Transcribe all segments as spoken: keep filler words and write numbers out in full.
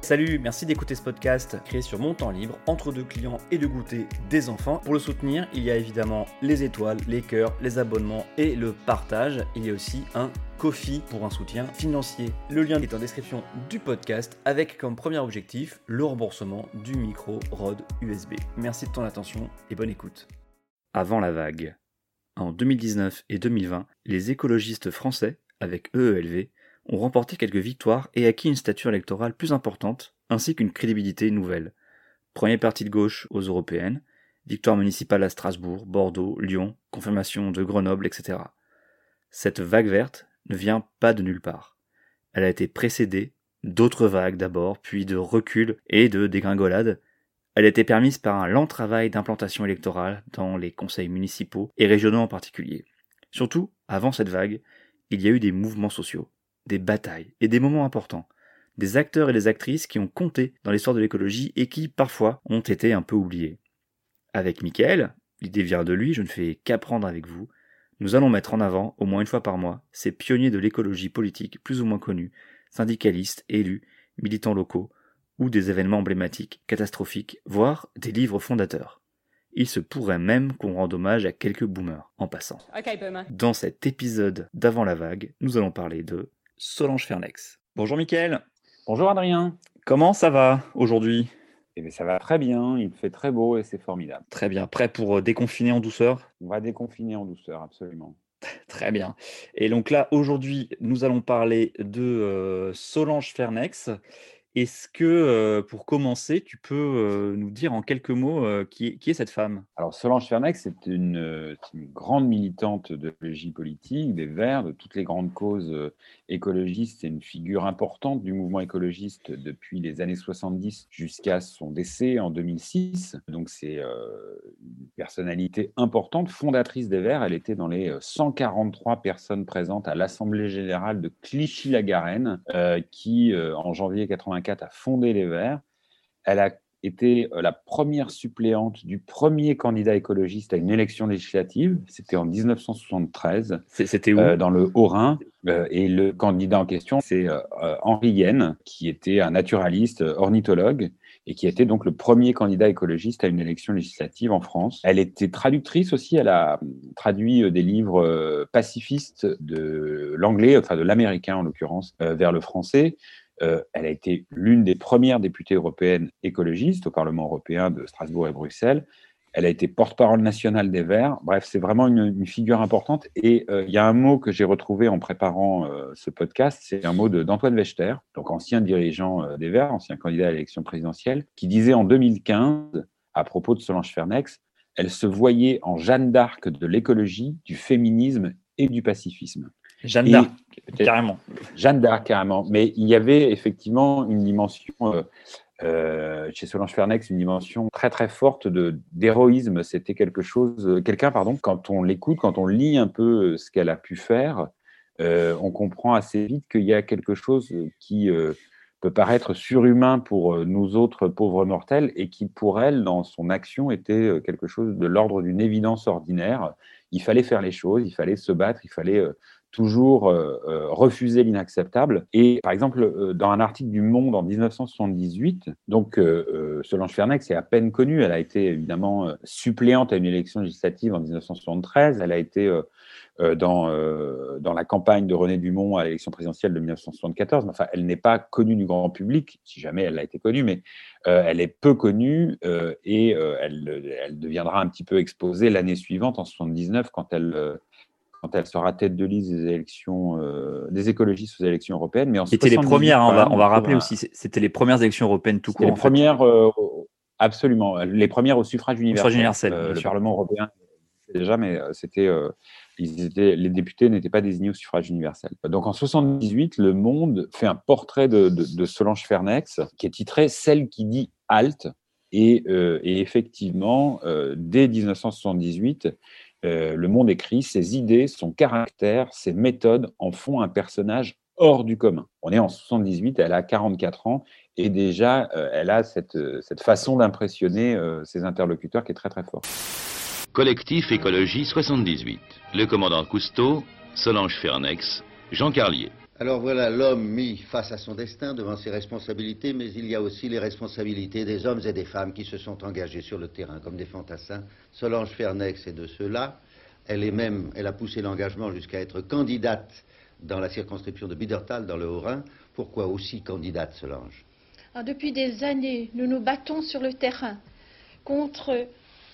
Salut, merci d'écouter ce podcast créé sur mon temps libre, entre deux clients et de goûter des enfants. Pour le soutenir, il y a évidemment les étoiles, les cœurs, les abonnements et le partage. Il y a aussi un Ko-fi pour un soutien financier. Le lien est en description du podcast avec comme premier objectif le remboursement du micro Rode U S B. Merci de ton attention et bonne écoute. Avant la vague. En deux mille dix-neuf et deux mille vingt, les écologistes français, avec E E L V, ont remporté quelques victoires et acquis une stature électorale plus importante, ainsi qu'une crédibilité nouvelle. Premier parti de gauche aux européennes, victoire municipale à Strasbourg, Bordeaux, Lyon, confirmation de Grenoble, et cetera. Cette vague verte ne vient pas de nulle part. Elle a été précédée d'autres vagues d'abord, puis de recul et de dégringolades. Elle a été permise par un lent travail d'implantation électorale dans les conseils municipaux et régionaux en particulier. Surtout, avant cette vague, il y a eu des mouvements sociaux, des batailles et des moments importants, des acteurs et des actrices qui ont compté dans l'histoire de l'écologie et qui, parfois, ont été un peu oubliés. Avec Mickaël, l'idée vient de lui, je ne fais qu'apprendre avec vous, nous allons mettre en avant, au moins une fois par mois, ces pionniers de l'écologie politique plus ou moins connus, syndicalistes, élus, militants locaux, ou des événements emblématiques, catastrophiques, voire des livres fondateurs. Il se pourrait même qu'on rende hommage à quelques boomers, en passant. Okay, boomer. Dans cet épisode d'Avant la vague, nous allons parler de Solange Fernex. Bonjour Mickaël. Bonjour Adrien. Comment ça va aujourd'hui ? Eh bien, ça va très bien, il fait très beau et c'est formidable. Très bien, prêt pour déconfiner en douceur ? On va déconfiner en douceur, absolument. Très bien. Et donc là, aujourd'hui, nous allons parler de euh, Solange Fernex. Est-ce que, euh, pour commencer, tu peux euh, nous dire en quelques mots euh, qui, est, qui est cette femme ? Alors Solange Fernex, c'est une, euh, c'est une grande militante de l'écologie politique, des Verts, de toutes les grandes causes euh, écologistes. C'est une figure importante du mouvement écologiste depuis les années soixante-dix jusqu'à son décès en deux mille six. Donc c'est euh, une personnalité importante, fondatrice des Verts. Elle était dans les cent quarante-trois personnes présentes à l'Assemblée générale de Clichy-la-Garenne, euh, qui, euh, en janvier quatre-vingt-quatre, a fondé les Verts. Elle a été la première suppléante du premier candidat écologiste à une élection législative. C'était en dix-neuf cent soixante-treize. C'était où ? euh, Dans le Haut-Rhin. Euh, et le candidat en question, c'est euh, Henri Yen, qui était un naturaliste, ornithologue, et qui était donc le premier candidat écologiste à une élection législative en France. Elle était traductrice aussi. Elle a traduit des livres pacifistes de l'anglais, enfin de l'américain en l'occurrence, euh, vers le français. Euh, elle a été l'une des premières députées européennes écologistes au Parlement européen de Strasbourg et Bruxelles. Elle a été porte-parole nationale des Verts. Bref, c'est vraiment une, une figure importante. Et il euh, y a un mot que j'ai retrouvé en préparant euh, ce podcast, c'est un mot de, d'Antoine Wechter, donc ancien dirigeant euh, des Verts, ancien candidat à l'élection présidentielle, qui disait en deux mille quinze, à propos de Solange Fernex, elle se voyait en Jeanne d'Arc de l'écologie, du féminisme et du pacifisme. Jeanne d'Arc, carrément. Jeanne d'Arc, carrément. Mais il y avait effectivement une dimension, euh, euh, chez Solange Fernex, une dimension très très forte de, d'héroïsme. C'était quelque chose, quelqu'un, pardon, quand on l'écoute, quand on lit un peu ce qu'elle a pu faire, euh, on comprend assez vite qu'il y a quelque chose qui euh, peut paraître surhumain pour nous autres pauvres mortels et qui, pour elle, dans son action, était quelque chose de l'ordre d'une évidence ordinaire. Il fallait faire les choses, il fallait se battre, il fallait euh, toujours euh, euh, refuser l'inacceptable. Et par exemple, euh, dans un article du Monde en dix-neuf cent soixante-dix-huit, donc euh, euh, Solange Fernex est à peine connue. Elle a été évidemment euh, suppléante à une élection législative en dix-neuf cent soixante-treize. Elle a été euh, euh, dans, euh, dans la campagne de René Dumont à l'élection présidentielle de dix-neuf cent soixante-quatorze. Mais enfin, elle n'est pas connue du grand public, si jamais elle a été connue, mais euh, elle est peu connue euh, et euh, elle, elle deviendra un petit peu exposée l'année suivante, en soixante-dix-neuf, quand elle... Euh, quand elle sera tête de liste des élections, euh, des écologistes aux élections européennes. Mais en c'était les premières, hein, on va, on va rappeler un... aussi, c'était les premières élections européennes tout court. Les premières, euh, absolument, les premières au suffrage universel. Suffrage universel euh, le Parlement européen déjà, mais c'était, euh, ils étaient, les députés n'étaient pas désignés au suffrage universel. Donc en soixante-dix-huit, Le Monde fait un portrait de, de, de Solange Fernex qui est titré « Celle qui dit halte ». Et, euh, et effectivement, euh, dès dix-neuf cent soixante-dix-huit, Euh, Le Monde écrit « Ses idées, son caractère, ses méthodes en font un personnage hors du commun ». On est en soixante-dix-huit, elle a quarante-quatre ans et déjà, euh, elle a cette, cette façon d'impressionner euh, ses interlocuteurs qui est très très forte. Collectif Écologie soixante-dix-huit. Le commandant Cousteau, Solange Fernex, Jean Carlier. Alors voilà l'homme mis face à son destin, devant ses responsabilités, mais il y a aussi les responsabilités des hommes et des femmes qui se sont engagés sur le terrain comme des fantassins. Solange Fernex est de ceux-là. Elle est même, elle a poussé l'engagement jusqu'à être candidate dans la circonscription de Biedertal, dans le Haut-Rhin. Pourquoi aussi candidate, Solange? Alors, depuis des années, nous nous battons sur le terrain contre,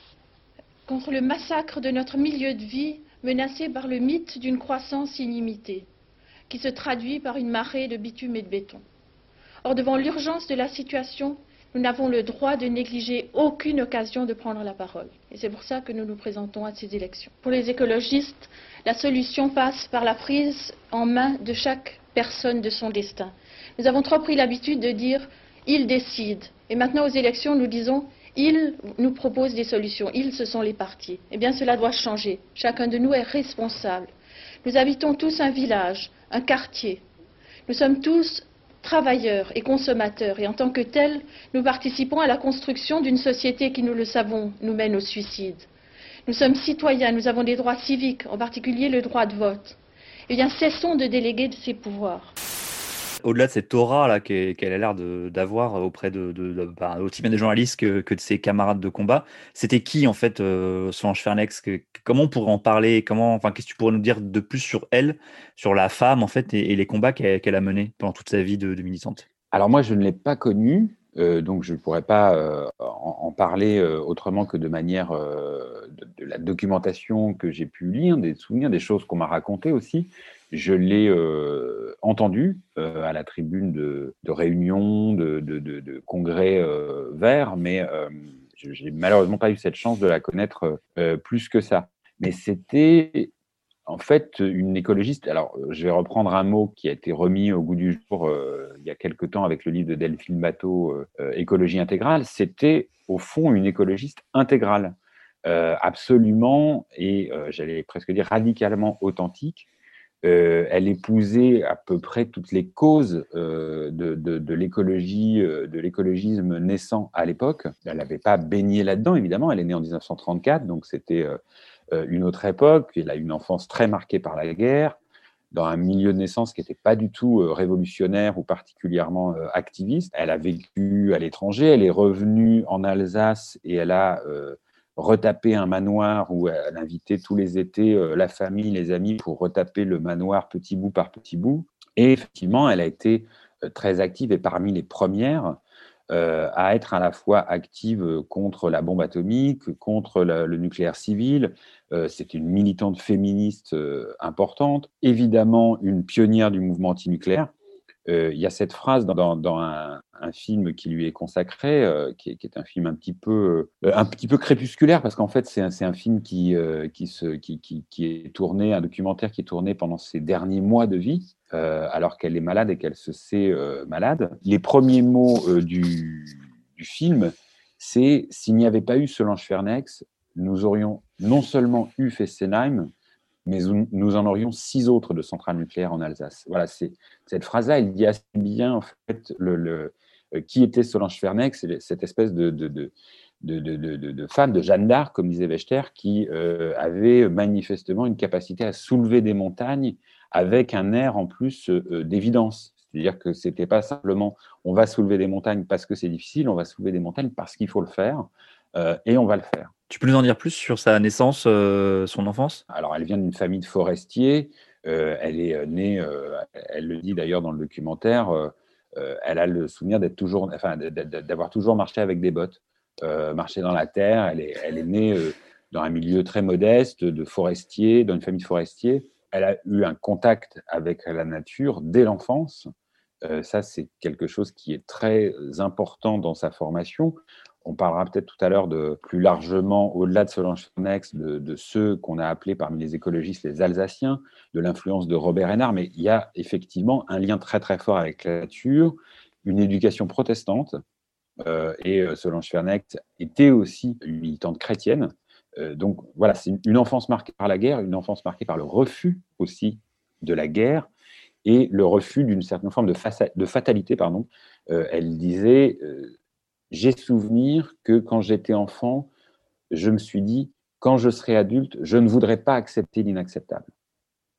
contre le massacre de notre milieu de vie menacé par le mythe d'une croissance illimitée, qui se traduit par une marée de bitume et de béton. Or, devant l'urgence de la situation, nous n'avons le droit de négliger aucune occasion de prendre la parole. Et c'est pour ça que nous nous présentons à ces élections. Pour les écologistes, la solution passe par la prise en main de chaque personne de son destin. Nous avons trop pris l'habitude de dire « ils décident ». Et maintenant, aux élections, nous disons « ils nous proposent des solutions ». Ils, ce sont les partis. Eh bien, cela doit changer. Chacun de nous est responsable. Nous habitons tous un village, un quartier. Nous sommes tous travailleurs et consommateurs, et en tant que tels, nous participons à la construction d'une société qui, nous le savons, nous mène au suicide. Nous sommes citoyens, nous avons des droits civiques, en particulier le droit de vote. Eh bien, cessons de déléguer de ces pouvoirs. Au-delà de cette aura là qu'elle a l'air d'avoir auprès de, de, de bah, aussi bien des journalistes que, que de ses camarades de combat, c'était qui en fait euh, Solange Fernex? que, Comment on pourrait en parler? Comment, enfin, qu'est-ce que tu pourrais nous dire de plus sur elle, sur la femme en fait et, et les combats qu'elle qu'elle a menés pendant toute sa vie de, de militante? Alors moi, je ne l'ai pas connue, euh, donc je ne pourrais pas euh, en, en parler euh, autrement que de manière euh, de, de la documentation que j'ai pu lire, des souvenirs, des choses qu'on m'a racontées aussi. Je l'ai euh, entendu euh, à la tribune de, de réunions, de, de, de, de congrès euh, verts, mais euh, je n'ai malheureusement pas eu cette chance de la connaître euh, plus que ça. Mais c'était en fait une écologiste. Alors, je vais reprendre un mot qui a été remis au goût du jour euh, il y a quelque temps avec le livre de Delphine Bateau, euh, Écologie intégrale. C'était au fond une écologiste intégrale, euh, absolument et euh, j'allais presque dire radicalement authentique. Euh, elle épousait à peu près toutes les causes euh, de, de, de l'écologie, euh, de l'écologisme naissant à l'époque. Elle n'avait pas baigné là-dedans, évidemment. Elle est née en dix-neuf cent trente-quatre, donc c'était euh, une autre époque. Elle a une enfance très marquée par la guerre, dans un milieu de naissance qui n'était pas du tout euh, révolutionnaire ou particulièrement euh, activiste. Elle a vécu à l'étranger, elle est revenue en Alsace et elle a euh, retaper un manoir où elle invitait tous les étés euh, la famille, les amis pour retaper le manoir petit bout par petit bout. Et effectivement, elle a été euh, très active et parmi les premières euh, à être à la fois active contre la bombe atomique, contre la, le nucléaire civil. Euh, c'est une militante féministe euh, importante, évidemment une pionnière du mouvement antinucléaire. Euh, il y a cette phrase dans, dans, dans un, un film qui lui est consacré, euh, qui, est, qui est un film un petit peu, euh, un petit peu crépusculaire, parce qu'en fait, c'est un, c'est un film qui, euh, qui, se, qui, qui, qui est tourné, un documentaire qui est tourné pendant ses derniers mois de vie, euh, alors qu'elle est malade et qu'elle se sait euh, malade. Les premiers mots euh, du, du film, c'est « S'il n'y avait pas eu Solange Fernex, nous aurions non seulement eu Fessenheim, mais nous en aurions six autres de centrales nucléaires en Alsace. » Voilà, c'est, cette phrase-là, elle dit assez bien en fait le, le, euh, qui était Solange Fernex, cette espèce de, de, de, de, de, de, de femme, de Jeanne d'Arc, comme disait Wächter, qui euh, avait manifestement une capacité à soulever des montagnes avec un air en plus euh, d'évidence. C'est-à-dire que ce n'était pas simplement on va soulever des montagnes parce que c'est difficile, on va soulever des montagnes parce qu'il faut le faire, euh, et on va le faire. Tu peux nous en dire plus sur sa naissance, euh, son enfance? Alors, elle vient d'une famille de forestiers. Euh, elle est née, euh, elle le dit d'ailleurs dans le documentaire, euh, euh, elle a le souvenir d'être toujours, enfin, d'avoir toujours marché avec des bottes, euh, marché dans la terre. Elle est, elle est née euh, dans un milieu très modeste de forestiers, dans une famille de forestiers. Elle a eu un contact avec la nature dès l'enfance. Euh, ça, c'est quelque chose qui est très important dans sa formation. On parlera peut-être tout à l'heure de plus largement, au-delà de Solange Fernex, de, de ceux qu'on a appelés parmi les écologistes les Alsaciens, de l'influence de Robert Hénard, mais il y a effectivement un lien très très fort avec la nature, une éducation protestante, euh, et Solange Fernex était aussi une militante chrétienne. Euh, donc voilà, c'est une enfance marquée par la guerre, une enfance marquée par le refus aussi de la guerre, et le refus d'une certaine forme de, fa- de fatalité. Pardon. Euh, elle disait... Euh, J'ai souvenir que quand j'étais enfant, je me suis dit, quand je serai adulte, je ne voudrais pas accepter l'inacceptable.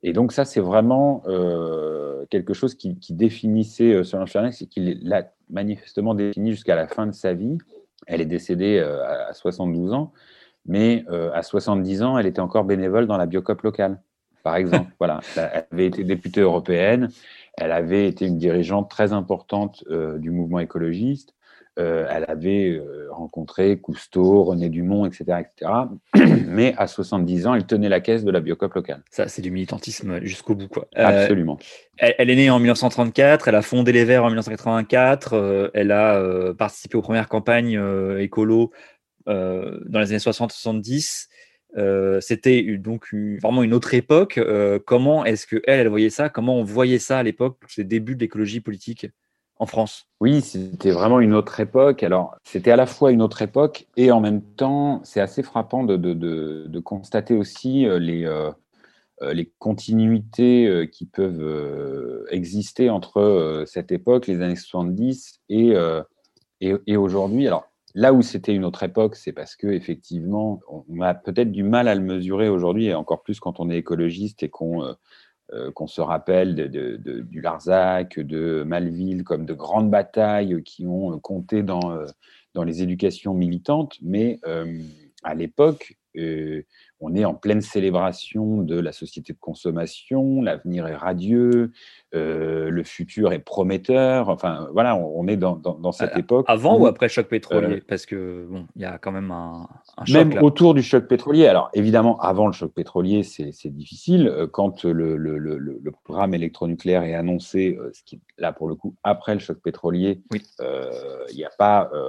Et donc ça, c'est vraiment euh, quelque chose qui, qui définissait euh, Solange Fernex et qui l'a manifestement défini jusqu'à la fin de sa vie. Elle est décédée euh, à soixante-douze ans, mais euh, à soixante-dix ans, elle était encore bénévole dans la Biocoop locale, par exemple. Voilà, elle avait été députée européenne, elle avait été une dirigeante très importante euh, du mouvement écologiste. Euh, elle avait euh, rencontré Cousteau, René Dumont, et cetera, et cetera. Mais à soixante-dix ans, elle tenait la caisse de la Biocoop locale. Ça, c'est du militantisme jusqu'au bout, quoi. Euh, Absolument. Elle, elle est née en mille neuf cent trente-quatre, elle a fondé les Verts en mille neuf cent quatre-vingt-quatre, euh, elle a euh, participé aux premières campagnes euh, écolo euh, dans les années soixante soixante-dix. Euh, c'était donc une, vraiment une autre époque. Euh, comment est-ce qu'elle, elle voyait ça? Comment on voyait ça à l'époque, ces débuts de l'écologie politique en France? Oui, c'était vraiment une autre époque. Alors, c'était à la fois une autre époque et en même temps, c'est assez frappant de, de, de, de constater aussi les, euh, les continuités qui peuvent euh, exister entre euh, cette époque, les années soixante-dix, et, euh, et, et aujourd'hui. Alors, là où c'était une autre époque, c'est parce qu'effectivement, on a peut-être du mal à le mesurer aujourd'hui, et encore plus quand on est écologiste et qu'on... Euh, Euh, qu'on se rappelle de, de, de, du Larzac, de Malville, comme de grandes batailles qui ont compté dans, euh, dans les éducations militantes. Mais euh, à l'époque, euh, on est en pleine célébration de la société de consommation, l'avenir est radieux, euh, le futur est prometteur. Enfin, voilà, on, on est dans, dans, dans cette Euh, époque. Avant où, ou après le choc pétrolier? euh, Parce que bon, il y a quand même un, un choc Même là. autour du choc pétrolier. Alors, évidemment, avant le choc pétrolier, c'est, c'est difficile. Quand le, le, le, le programme électronucléaire est annoncé, ce qui, là, pour le coup, après le choc pétrolier, Oui. euh, y a pas, euh,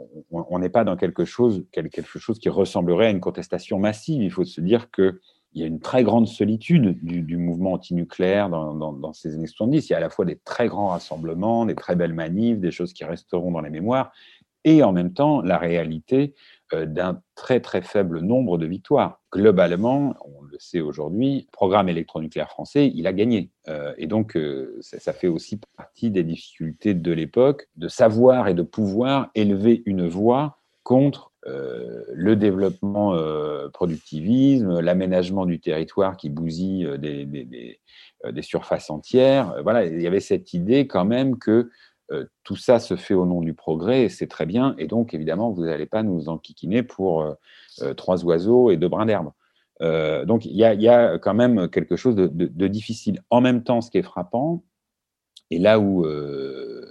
on n'est pas dans quelque chose, quelque chose qui ressemblerait à une contestation massive. Il faut se dire qu'il y a une très grande solitude du, du mouvement antinucléaire dans, dans, dans ces années soixante-dix. Il y a à la fois des très grands rassemblements, des très belles manifs, des choses qui resteront dans les mémoires, et en même temps, la réalité d'un très très faible nombre de victoires. Globalement, on le sait aujourd'hui, le programme électronucléaire français, il a gagné. Euh, et donc, euh, ça, ça fait aussi partie des difficultés de l'époque, de savoir et de pouvoir élever une voix contre euh, le développement euh, productivisme, l'aménagement du territoire qui bousille des, des, des, des surfaces entières. Voilà, il y avait cette idée quand même que Euh, tout ça se fait au nom du progrès, et c'est très bien. Et donc, évidemment, vous n'allez pas nous enquiquiner pour euh, euh, trois oiseaux et deux brins d'herbe. Euh, donc, il y, y a quand même quelque chose de, de, de difficile. En même temps, ce qui est frappant, et là où, euh,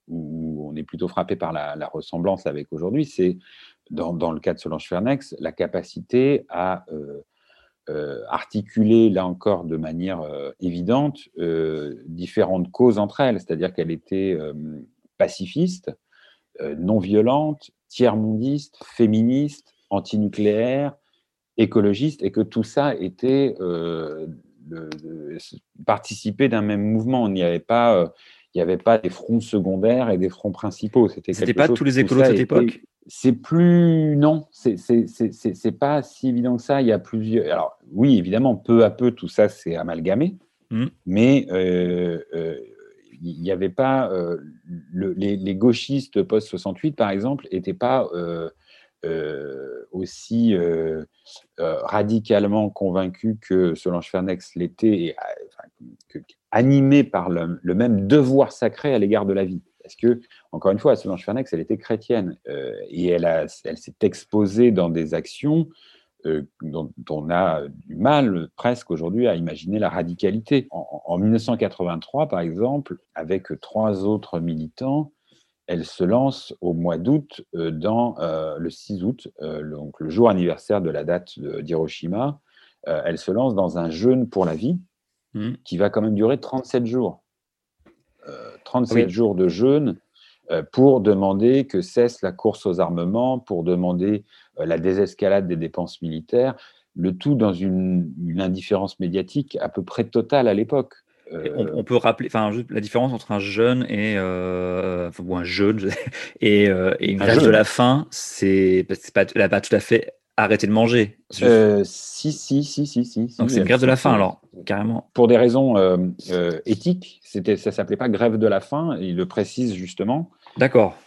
où on est plutôt frappé par la, la ressemblance avec aujourd'hui, c'est dans, dans le cas de Solange Fernex, la capacité à euh, Euh, articuler, là encore, de manière euh, évidente, euh, différentes causes entre elles. C'est-à-dire qu'elle était euh, pacifiste, euh, non-violente, tiers-mondiste, féministe, antinucléaire, écologiste, et que tout ça était euh, le, le, participé d'un même mouvement. Il n'y avait pas, euh, il n'y avait pas des fronts secondaires et des fronts principaux. C'était, C'était quelque pas chose, tous les écolos de cette était, époque? C'est plus... Non, c'est, c'est, c'est, c'est, c'est pas si évident que ça. Il y a plusieurs... Alors, oui, évidemment, peu à peu, tout ça s'est amalgamé, mmh. mais euh, euh, il n'y avait pas... Euh, le, les, les gauchistes post-soixante-huit, par exemple, n'étaient pas... Euh, Euh, aussi euh, euh, radicalement convaincu que Solange Fernex l'était, et, enfin, que, animé par le, le même devoir sacré à l'égard de la vie. Parce que, encore une fois, Solange Fernex, elle était chrétienne, euh, et elle, a, elle s'est exposée dans des actions euh, dont, dont on a du mal presque aujourd'hui à imaginer la radicalité. En, en mille neuf cent quatre-vingt-trois, par exemple, avec trois autres militants, elle se lance au mois d'août, euh, dans euh, le six août, euh, le, donc le jour anniversaire de la date de, d'Hiroshima. Euh, elle se lance dans un jeûne pour la vie mmh. qui va quand même durer trente-sept jours. Euh, trente-sept oui. jours de jeûne euh, pour demander que cesse la course aux armements, pour demander euh, la désescalade des dépenses militaires, le tout dans une, une indifférence médiatique à peu près totale à l'époque. Euh, on, on peut rappeler, enfin, la différence entre un jeune et euh, enfin, ou un jeune et, euh, et une grève jeune. de la faim, c'est c'est pas, elle n'a pas tout à fait arrêté de manger. Euh, si, si, si, si, si. Donc si, c'est une grève de la faim alors, carrément. Pour des raisons euh, euh, éthiques, c'était, ça s'appelait pas grève de la faim. Il le précise justement. D'accord.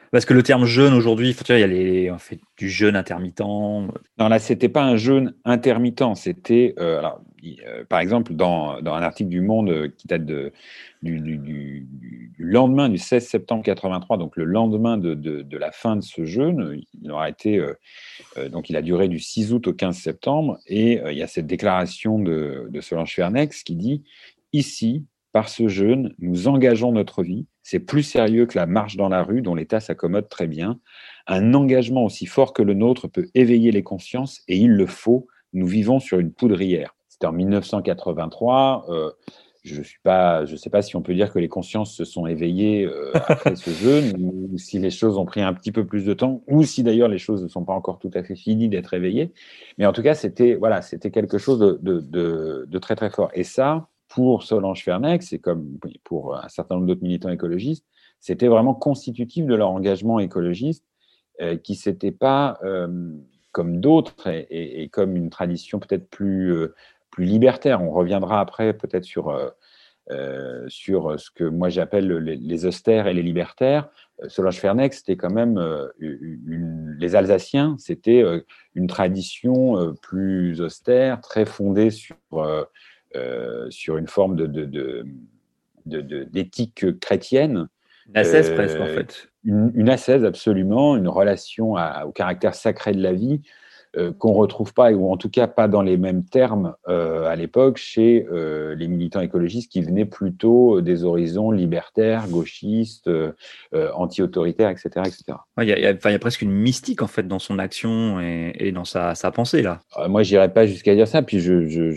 Parce que le terme jeûne aujourd'hui, faut- tu vois, il y a les, on fait du jeûne intermittent. Non, là, c'était pas un jeûne intermittent. C'était, euh, alors, il- euh, par exemple, dans, dans un article du Monde euh, qui date de, du, du- du- du lendemain du seize septembre quatre-vingt-trois, donc le lendemain de, de- de la fin de ce jeûne, il aura été, euh, euh, donc il a duré du six août au quinze septembre, et euh, il y a cette déclaration de, de Solange Fernex qui dit: Ici, par ce jeûne, nous engageons notre vie. C'est plus sérieux que la marche dans la rue, dont l'État s'accommode très bien. Un engagement aussi fort que le nôtre peut éveiller les consciences, et il le faut. Nous vivons sur une poudrière. C'était en mille neuf cent quatre-vingt-trois. Euh, je suis pas, je sais pas si on peut dire que les consciences se sont éveillées euh, après ce jeûne, ou si les choses ont pris un petit peu plus de temps, ou si d'ailleurs les choses ne sont pas encore tout à fait finies d'être éveillées. Mais en tout cas, c'était voilà, c'était quelque chose de, de, de, de très très fort. Et ça, pour Solange Fernex, et comme pour un certain nombre d'autres militants écologistes, c'était vraiment constitutif de leur engagement écologiste, euh, qui s'était pas, euh, comme d'autres, et, et, et comme une tradition peut-être plus, euh, plus libertaire. On reviendra après peut-être sur, euh, euh, sur ce que moi j'appelle les, les austères et les libertaires. Euh, Solange Fernex, c'était quand même, euh, une, les Alsaciens, c'était euh, une tradition euh, plus austère, très fondée sur, euh, euh, sur une forme de, de, de, de, de, d'éthique chrétienne. Une ascèse presque, en Euh, fait. une, une ascèse, absolument, une relation à, au caractère sacré de la vie, euh, qu'on ne retrouve pas, ou en tout cas pas dans les mêmes termes euh, à l'époque, chez euh, les militants écologistes qui venaient plutôt des horizons libertaires, gauchistes, euh, euh, anti-autoritaires, et cetera, et cetera. Ouais, il y a, il y a- enfin, il y a presque une mystique, en fait, dans son action et, et dans sa, sa pensée, là. Euh, moi, je n'irais pas jusqu'à dire ça, puis je, je,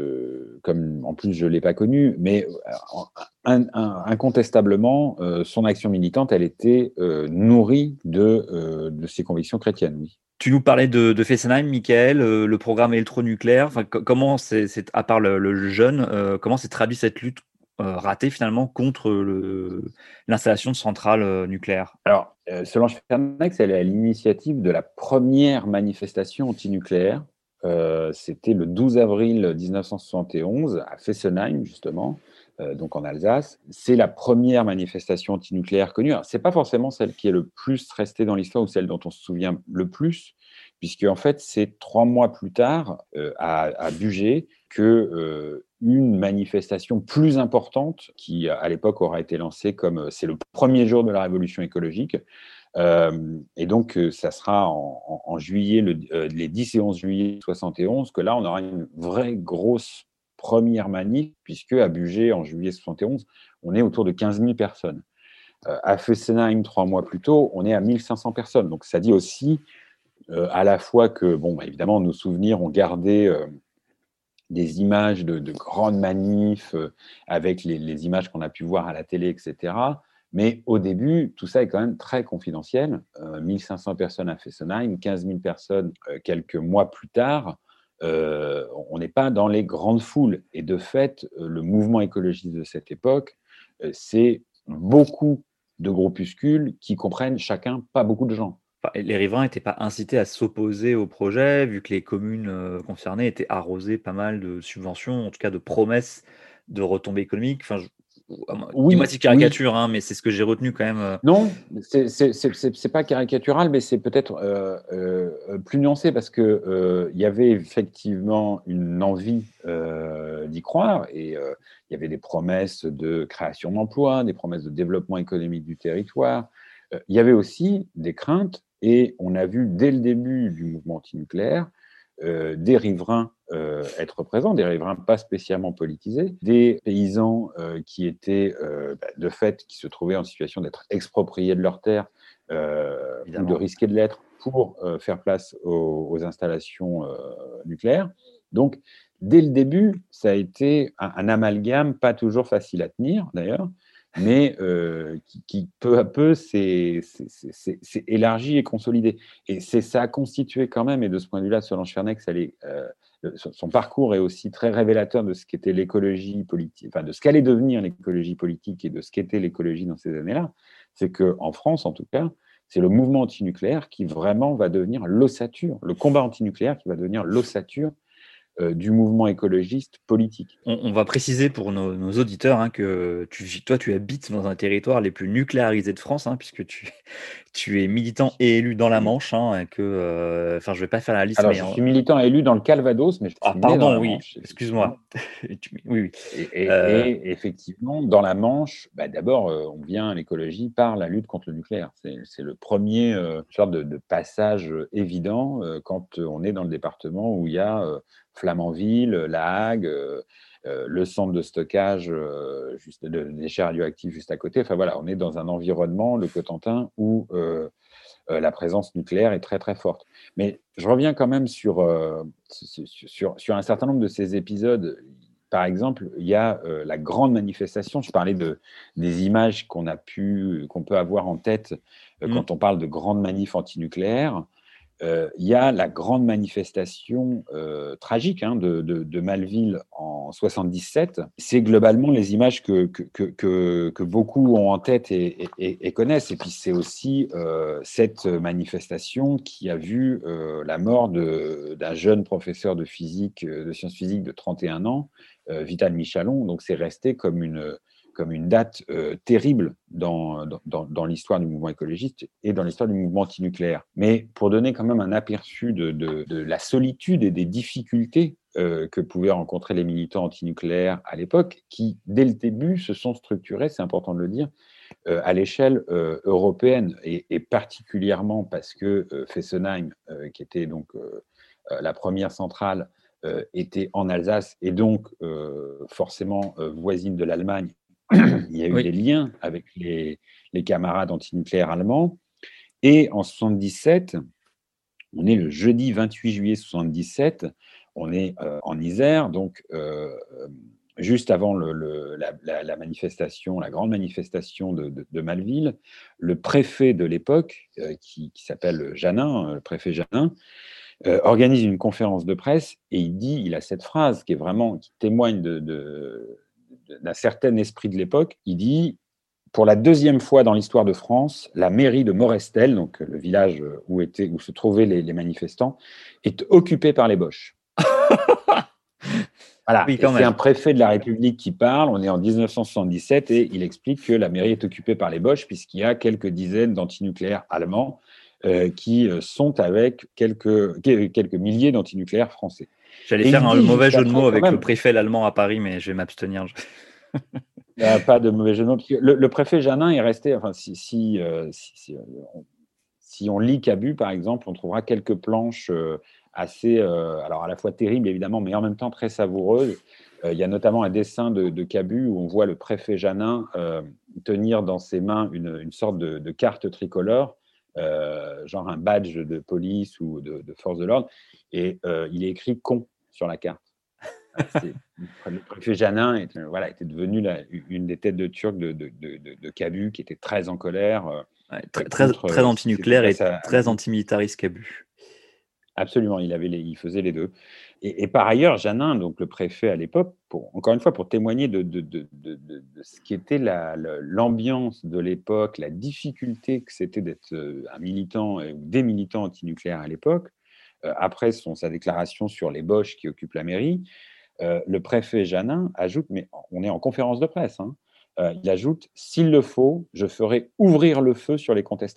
je- comme en plus je ne l'ai pas connu, mais euh, un- un- incontestablement, euh, son action militante, elle était euh, nourrie de, euh, de ses convictions chrétiennes, oui. Tu nous parlais de, de Fessenheim, Michael, euh, le programme électronucléaire. Enfin, co- comment c'est, c'est- à part le, le jeune, euh, comment s'est traduit cette lutte euh, ratée finalement contre le- l'installation de centrales euh, nucléaires? Alors, euh, Solange Fernex, elle est à l'initiative de la première manifestation antinucléaire. Euh, C'était le douze avril mille neuf cent soixante et onze à Fessenheim, justement, euh, donc en Alsace. C'est la première manifestation antinucléaire connue. Ce n'est pas forcément celle qui est le plus restée dans l'histoire ou celle dont on se souvient le plus, puisque en fait, c'est trois mois plus tard, euh, à, à Bugey, que euh, une manifestation plus importante qui, à l'époque, aura été lancée comme euh, c'est le premier jour de la révolution écologique. Euh, et donc, euh, ça sera en, en, en juillet, le, euh, les dix et onze juillet soixante et onze, que là, on aura une vraie grosse première manif, puisque à Bugey, en juillet soixante et onze, on est autour de quinze mille personnes. Euh, à Fessenheim, trois mois plus tôt, on est à mille cinq cents personnes. Donc, ça dit aussi euh, à la fois que, bon, bah, évidemment, nos souvenirs ont gardé euh, des images de, de grandes manifs euh, avec les, les images qu'on a pu voir à la télé, et cetera. Mais au début, tout ça est quand même très confidentiel. Euh, mille cinq cents personnes à Fessenheim, quinze mille personnes euh, quelques mois plus tard. Euh, on n'est pas dans les grandes foules. Et de fait, euh, le mouvement écologiste de cette époque, euh, c'est beaucoup de groupuscules qui comprennent chacun pas beaucoup de gens. Enfin, les riverains n'étaient pas incités à s'opposer au projet, vu que les communes euh, concernées étaient arrosées pas mal de subventions, en tout cas de promesses de retombées économiques. Enfin, je- dis-moi Oui, si oui. caricature, hein, mais c'est ce que j'ai retenu quand même. euh. Non, c'est c'est- c'est- c'est- c'est pas caricatural, mais c'est peut-être euh, euh, plus nuancé parce que euh, il y avait effectivement une envie euh, d'y croire et euh, il y avait des promesses de création d'emplois, des promesses de développement économique du territoire. Euh, il y avait aussi des craintes et on a vu dès le début du mouvement antinucléaire euh, des riverains euh, être présents, des riverains pas spécialement politisés, des paysans euh, qui étaient euh, bah, de fait, qui se trouvaient en situation d'être expropriés de leurs terres euh, ou de risquer de l'être pour euh, faire place aux, aux installations euh, nucléaires. Donc, dès le début, ça a été un, un amalgame pas toujours facile à tenir d'ailleurs, mais euh, qui, qui peu à peu s'est élargi et consolidé. Et c'est ça a constitué quand même, et de ce point de vue-là, Solange Fernex, elle est, euh, son parcours est aussi très révélateur de ce qu'était l'écologie politique, enfin de ce qu'allait devenir l'écologie politique et de ce qu'était l'écologie dans ces années-là. C'est qu'en France, en tout cas, c'est le mouvement antinucléaire qui vraiment va devenir l'ossature, le combat antinucléaire qui va devenir l'ossature euh, du mouvement écologiste politique. On, on va préciser pour nos, nos auditeurs hein, que tu, toi, tu habites dans un territoire les plus nucléarisés de France, hein, puisque tu, tu es militant et élu dans la Manche. Hein, que, euh, enfin, je ne vais pas faire la liste. Alors, mais je en... suis militant élu dans le Calvados, mais je Ah, suis né pardon, dans la oui, Manche. excuse-moi. oui, oui. Et, et, Euh, et effectivement, dans la Manche, bah, d'abord, euh, on vient à l'écologie par la lutte contre le nucléaire. C'est, c'est le premier euh, sorte de, de passage évident euh, quand on est dans le département où il y a euh, Flamanville, La Hague, euh, euh, le centre de stockage euh, juste de, de déchets radioactifs juste à côté. Enfin voilà, on est dans un environnement, le Cotentin, où euh, euh, la présence nucléaire est très très forte. Mais je reviens quand même sur, euh, sur, sur, sur un certain nombre de ces épisodes. Par exemple, il y a euh, la grande manifestation. Je parlais de, des images qu'on a pu, qu'on peut avoir en tête euh, mmh. quand on parle de grandes manifs antinucléaires. Euh, il y a la grande manifestation euh, tragique hein, de, de, de Malville en soixante-dix-sept. C'est globalement les images que, que, que, que beaucoup ont en tête et, et, et connaissent. Et puis c'est aussi euh, cette manifestation qui a vu euh, la mort de, d'un jeune professeur de physique, de sciences physiques de trente et un ans, euh, Vital Michalon. Donc c'est resté comme une comme une date euh, terrible dans, dans, dans l'histoire du mouvement écologiste et dans l'histoire du mouvement antinucléaire. Mais pour donner quand même un aperçu de, de, de la solitude et des difficultés euh, que pouvaient rencontrer les militants antinucléaires à l'époque, qui, dès le début, se sont structurés, c'est important de le dire, euh, à l'échelle euh, européenne, et, et particulièrement parce que euh, Fessenheim, euh, qui était donc euh, la première centrale, euh, était en Alsace et donc euh, forcément euh, voisine de l'Allemagne. Il y a eu oui. des liens avec les, les camarades antinucléaires allemands. Et en soixante-dix-sept, on est le jeudi vingt-huit juillet soixante-dix-sept, on est euh, en Isère, donc euh, juste avant le, le, la, la, la manifestation, la grande manifestation de, de, de Malville. Le préfet de l'époque, euh, qui, qui s'appelle Janin, le préfet Janin, euh, organise une conférence de presse et il dit, il a cette phrase qui est vraiment, qui témoigne de, de d'un certain esprit de l'époque. Il dit, pour la deuxième fois dans l'histoire de France, la mairie de Morestel, donc le village où, étaient, où se trouvaient les, les manifestants, est occupée par les Boches. Voilà, oui, c'est un préfet de la République qui parle, on est en dix-neuf cent soixante-dix-sept et il explique que la mairie est occupée par les Boches puisqu'il y a quelques dizaines d'antinucléaires allemands euh, qui sont avec quelques, quelques milliers d'antinucléaires français. J'allais et faire un mauvais jeu de mots avec même, le préfet l'allemand à Paris, mais je vais m'abstenir. euh, pas de mauvais jeu de mots. Le, le préfet Janin est resté, enfin, si, si, euh, si, si, on, si on lit Cabu, par exemple, on trouvera quelques planches euh, assez, euh, alors à la fois terribles évidemment, mais en même temps très savoureuses. Euh, il y a notamment un dessin de, de Cabu où on voit le préfet Janin euh, tenir dans ses mains une, une sorte de, de carte tricolore, euh, genre un badge de police ou de, de force de l'ordre, et euh, il est écrit « con » sur la carte. C'est, le préfet Janin était, voilà, était devenu la, une des têtes de Turc de, de, de, de Cabu, qui était très en colère. Ouais, très, très, très anti-nucléaire et à, très anti-militariste Cabu. Absolument, il, avait les, il faisait les deux. Et, et par ailleurs, Janin, donc le préfet à l'époque, pour, encore une fois, pour témoigner de, de, de, de, de, de ce qui était la, la, l'ambiance de l'époque, la difficulté que c'était d'être un militant ou des militants anti-nucléaires à l'époque, euh, après son, sa déclaration sur les Boches qui occupent la mairie, euh, le préfet Janin ajoute, mais on est en conférence de presse, hein, euh, il ajoute « S'il le faut, je ferai ouvrir le feu sur les contestataires ».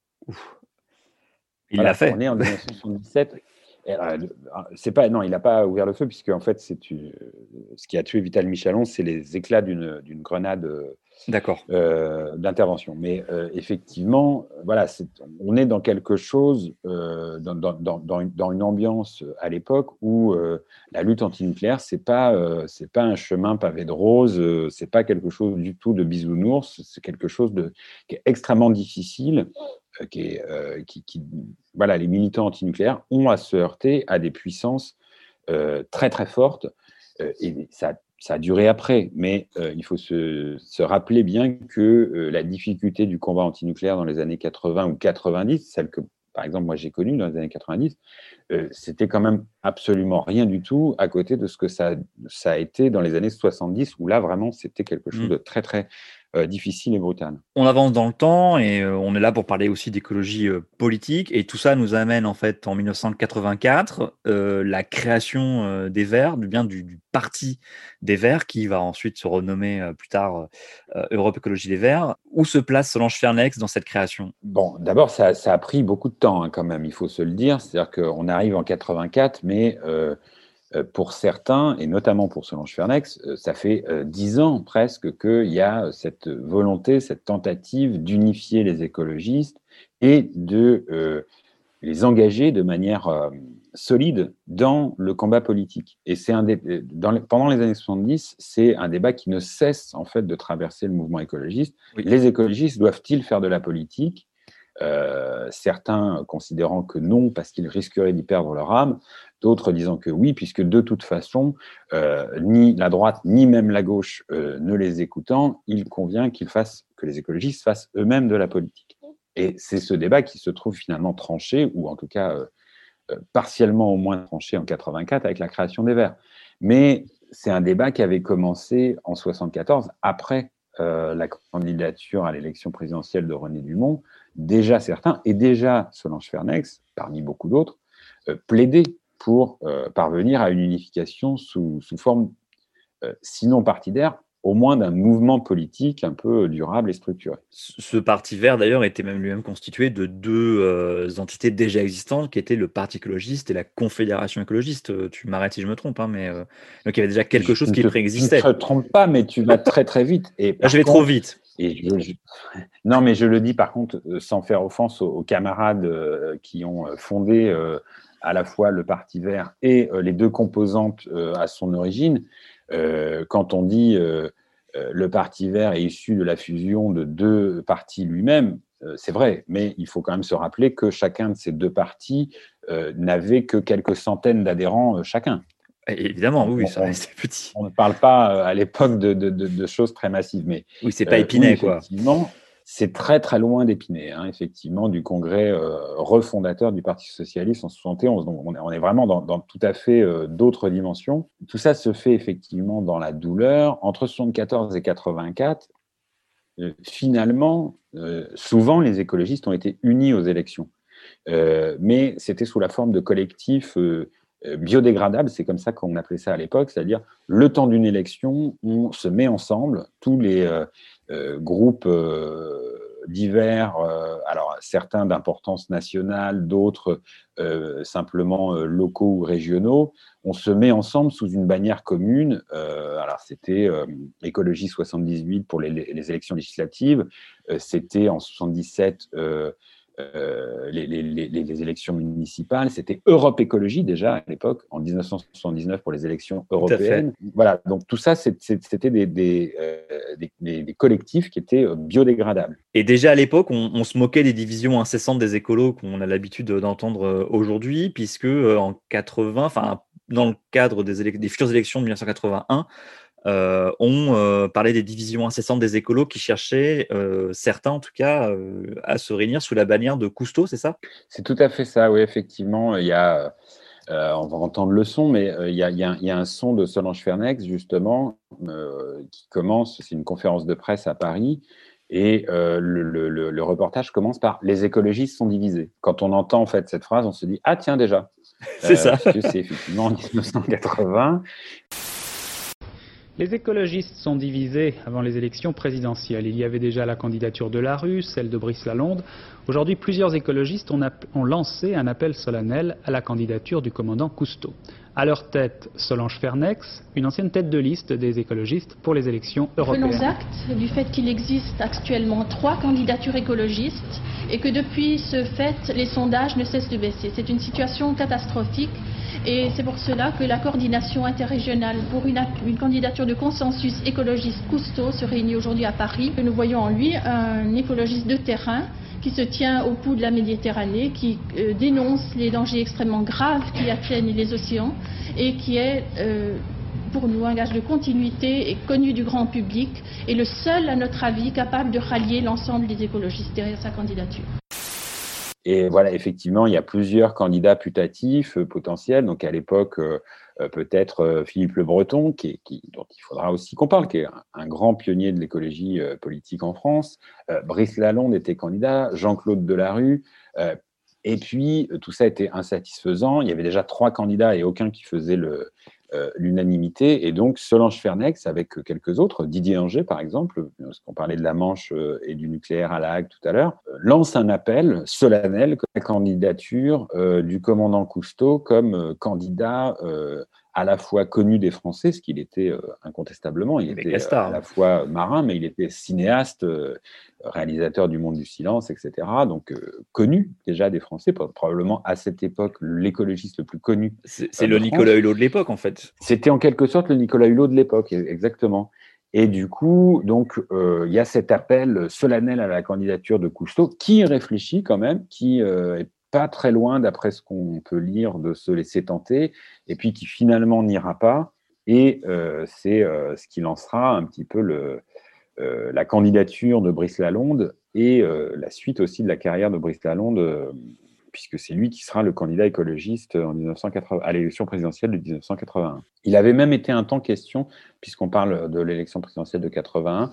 Il voilà, l'a fait. On est en dix-neuf cent soixante-dix-sept. Euh, c'est pas, non, il n'a pas ouvert le feu, puisque en fait, c'est, euh, ce qui a tué Vital Michalon, c'est les éclats d'une, d'une grenade euh, d'intervention. Mais euh, effectivement, voilà, c'est, on est dans quelque chose, euh, dans, dans, dans, dans, une, dans une ambiance à l'époque où euh, la lutte antinucléaire, c'est pas, euh, c'est pas un chemin pavé de roses, euh, c'est pas quelque chose du tout de bisounours, c'est quelque chose de, qui est extrêmement difficile. Qui est, euh, qui, qui, voilà, les militants antinucléaires ont à se heurter à des puissances euh, très très fortes euh, et ça, ça a duré après, mais euh, il faut se, se rappeler bien que euh, la difficulté du combat antinucléaire dans les années quatre-vingts ou quatre-vingt-dix, celle que par exemple moi j'ai connue dans les années quatre-vingt-dix, euh, c'était quand même absolument rien du tout à côté de ce que ça, ça a été dans les années soixante-dix, où là vraiment c'était quelque chose de très très euh, difficile et brutale. On avance dans le temps et euh, on est là pour parler aussi d'écologie euh, politique. Et tout ça nous amène en fait en mille neuf cent quatre-vingt-quatre, euh, la création euh, des Verts, du bien du, du parti des Verts, qui va ensuite se renommer euh, plus tard euh, Europe Écologie Les Verts. Où se place Solange Fernex dans cette création ? Bon, d'abord, ça, ça a pris beaucoup de temps hein, quand même, il faut se le dire. C'est-à-dire qu'on arrive en quatre-vingt-quatre, mais euh, pour certains, et notamment pour Solange Fernex, ça fait dix ans presque qu'il y a cette volonté, cette tentative d'unifier les écologistes et de euh, les engager de manière euh, solide dans le combat politique. Et c'est un dé- dans les, pendant les années soixante-dix, c'est un débat qui ne cesse en fait de traverser le mouvement écologiste. Oui. Les écologistes doivent-ils faire de la politique ? Euh, certains considérant que non, parce qu'ils risqueraient d'y perdre leur âme, d'autres disant que oui, puisque de toute façon, euh, ni la droite, ni même la gauche euh, ne les écoutant, il convient qu'ils fassent, que les écologistes fassent eux-mêmes de la politique. Et c'est ce débat qui se trouve finalement tranché, ou en tout cas euh, euh, partiellement au moins tranché en quatre-vingt-quatre avec la création des Verts. Mais c'est un débat qui avait commencé en soixante-quatorze, après euh, la candidature à l'élection présidentielle de René Dumont. Déjà certains, et déjà Solange Fernex, parmi beaucoup d'autres, euh, plaidaient pour euh, parvenir à une unification sous, sous forme, euh, sinon partidaire, au moins d'un mouvement politique un peu durable et structuré. Ce parti vert, d'ailleurs, était même lui-même constitué de deux euh, entités déjà existantes, qui étaient le Parti écologiste et la Confédération écologiste. Tu m'arrêtes si je me trompe, hein, mais euh, donc il y avait déjà quelque chose je qui te, préexistait. Je ne te trompe pas, mais tu vas très très vite. Et Là, je vais contre, trop vite. Et je, je... Non, mais je le dis par contre sans faire offense aux, aux camarades euh, qui ont fondé euh, à la fois le Parti vert et euh, les deux composantes euh, à son origine. Euh, quand on dit euh, euh, le Parti vert est issu de la fusion de deux partis lui-même, euh, c'est vrai, mais il faut quand même se rappeler que chacun de ces deux partis euh, n'avait que quelques centaines d'adhérents euh, chacun. Et évidemment, oui, on, ça restait petit. On ne parle pas à l'époque de, de, de, de choses très massives, mais oui, c'est pas Épinay, euh, oui, quoi. Effectivement, c'est très très loin d'Épinay, hein, effectivement, du congrès euh, refondateur du Parti socialiste en soixante et onze. Donc, on est, on est vraiment dans, dans tout à fait euh, d'autres dimensions. Tout ça se fait effectivement dans la douleur. Entre soixante-quatorze et quatre-vingt-quatre, euh, finalement, euh, souvent les écologistes ont été unis aux élections, euh, mais c'était sous la forme de collectifs. Euh, biodégradable, c'est comme ça qu'on appelait ça à l'époque, c'est-à-dire le temps d'une élection, on se met ensemble, tous les euh, euh, groupes euh, divers, euh, alors certains d'importance nationale, d'autres euh, simplement euh, locaux ou régionaux, on se met ensemble sous une bannière commune. Euh, alors c'était euh, Écologie soixante-dix-huit pour les, les élections législatives, euh, c'était en soixante-dix-sept euh, Euh, les, les, les, les élections municipales, c'était Europe Écologie déjà à l'époque, en dix-neuf cent soixante-dix-neuf pour les élections européennes. Voilà, donc tout ça, c'est, c'est, c'était des, des, euh, des, des, des collectifs qui étaient biodégradables. Et déjà à l'époque, on, on se moquait des divisions incessantes des écolos qu'on a l'habitude d'entendre aujourd'hui, puisque en quatre-vingts, enfin dans le cadre des, élec- des futures élections de dix-neuf cent quatre-vingt-un, Euh, on euh, parlait des divisions incessantes des écolos qui cherchaient, euh, certains en tout cas, euh, à se réunir sous la bannière de Cousteau, c'est ça ? C'est tout à fait ça, oui, effectivement. Il y a, euh, on va entendre le son, mais euh, il, y a, il, y a, il y a un son de Solange Fernex, justement, euh, qui commence, c'est une conférence de presse à Paris, et euh, le, le, le reportage commence par « Les écologistes sont divisés ». Quand on entend en fait cette phrase, on se dit « Ah tiens, déjà !» C'est euh, ça. Parce que c'est effectivement en dix-neuf cent quatre-vingts. Les écologistes sont divisés avant les élections présidentielles. Il y avait déjà la candidature de Larue, celle de Brice Lalonde. Aujourd'hui, plusieurs écologistes ont, ont lancé un appel solennel à la candidature du commandant Cousteau. À leur tête, Solange Fernex, une ancienne tête de liste des écologistes pour les élections européennes. Prenons acte du fait qu'il existe actuellement trois candidatures écologistes et que depuis ce fait, les sondages ne cessent de baisser. C'est une situation catastrophique. Et c'est pour cela que la coordination interrégionale pour une, une candidature de consensus écologiste Cousteau se réunit aujourd'hui à Paris. Nous voyons en lui un écologiste de terrain qui se tient au pouls de la Méditerranée, qui euh, dénonce les dangers extrêmement graves qui atteignent les océans et qui est euh, pour nous un gage de continuité et connu du grand public et le seul, à notre avis, capable de rallier l'ensemble des écologistes derrière sa candidature. Et voilà, effectivement, il y a plusieurs candidats putatifs euh, potentiels. Donc, à l'époque, euh, euh, peut-être euh, Philippe Le Breton, qui, qui, dont il faudra aussi qu'on parle, qui est un, un grand pionnier de l'écologie euh, politique en France. Euh, Brice Lalonde était candidat, Jean-Claude Delarue. Euh, et puis, tout ça était insatisfaisant. Il y avait déjà trois candidats et aucun qui faisait le, euh, l'unanimité. Et donc, Solange Fernex, avec quelques autres, Didier Anger, par exemple, parce qu'on parlait de la Manche et du nucléaire à La Hague tout à l'heure, euh, lance un appel solennel à la candidature euh, du commandant Cousteau comme euh, candidat euh, à la fois connu des Français, ce qu'il était euh, incontestablement. Il Avec était Castard, euh, à la hein. fois marin, mais il était cinéaste, euh, réalisateur du Monde du Silence, et cetera. Donc, euh, connu déjà des Français, probablement à cette époque l'écologiste le plus connu. C'est, c'est euh, de le France. Nicolas Hulot de l'époque, en fait. C'était en quelque sorte le Nicolas Hulot de l'époque, exactement. Et du coup, donc, euh, il y a cet appel solennel à la candidature de Cousteau, qui réfléchit quand même, qui euh, est pas très loin, d'après ce qu'on peut lire, de se laisser tenter, et puis qui finalement n'ira pas. Et euh, c'est euh, ce qui lancera un petit peu le, euh, la candidature de Brice Lalonde et euh, la suite aussi de la carrière de Brice Lalonde, euh, puisque c'est lui qui sera le candidat écologiste en dix-neuf cent quatre-vingts, à l'élection présidentielle de dix-neuf cent quatre-vingt-un. Il avait même été un temps question, puisqu'on parle de l'élection présidentielle de quatre-vingt-un,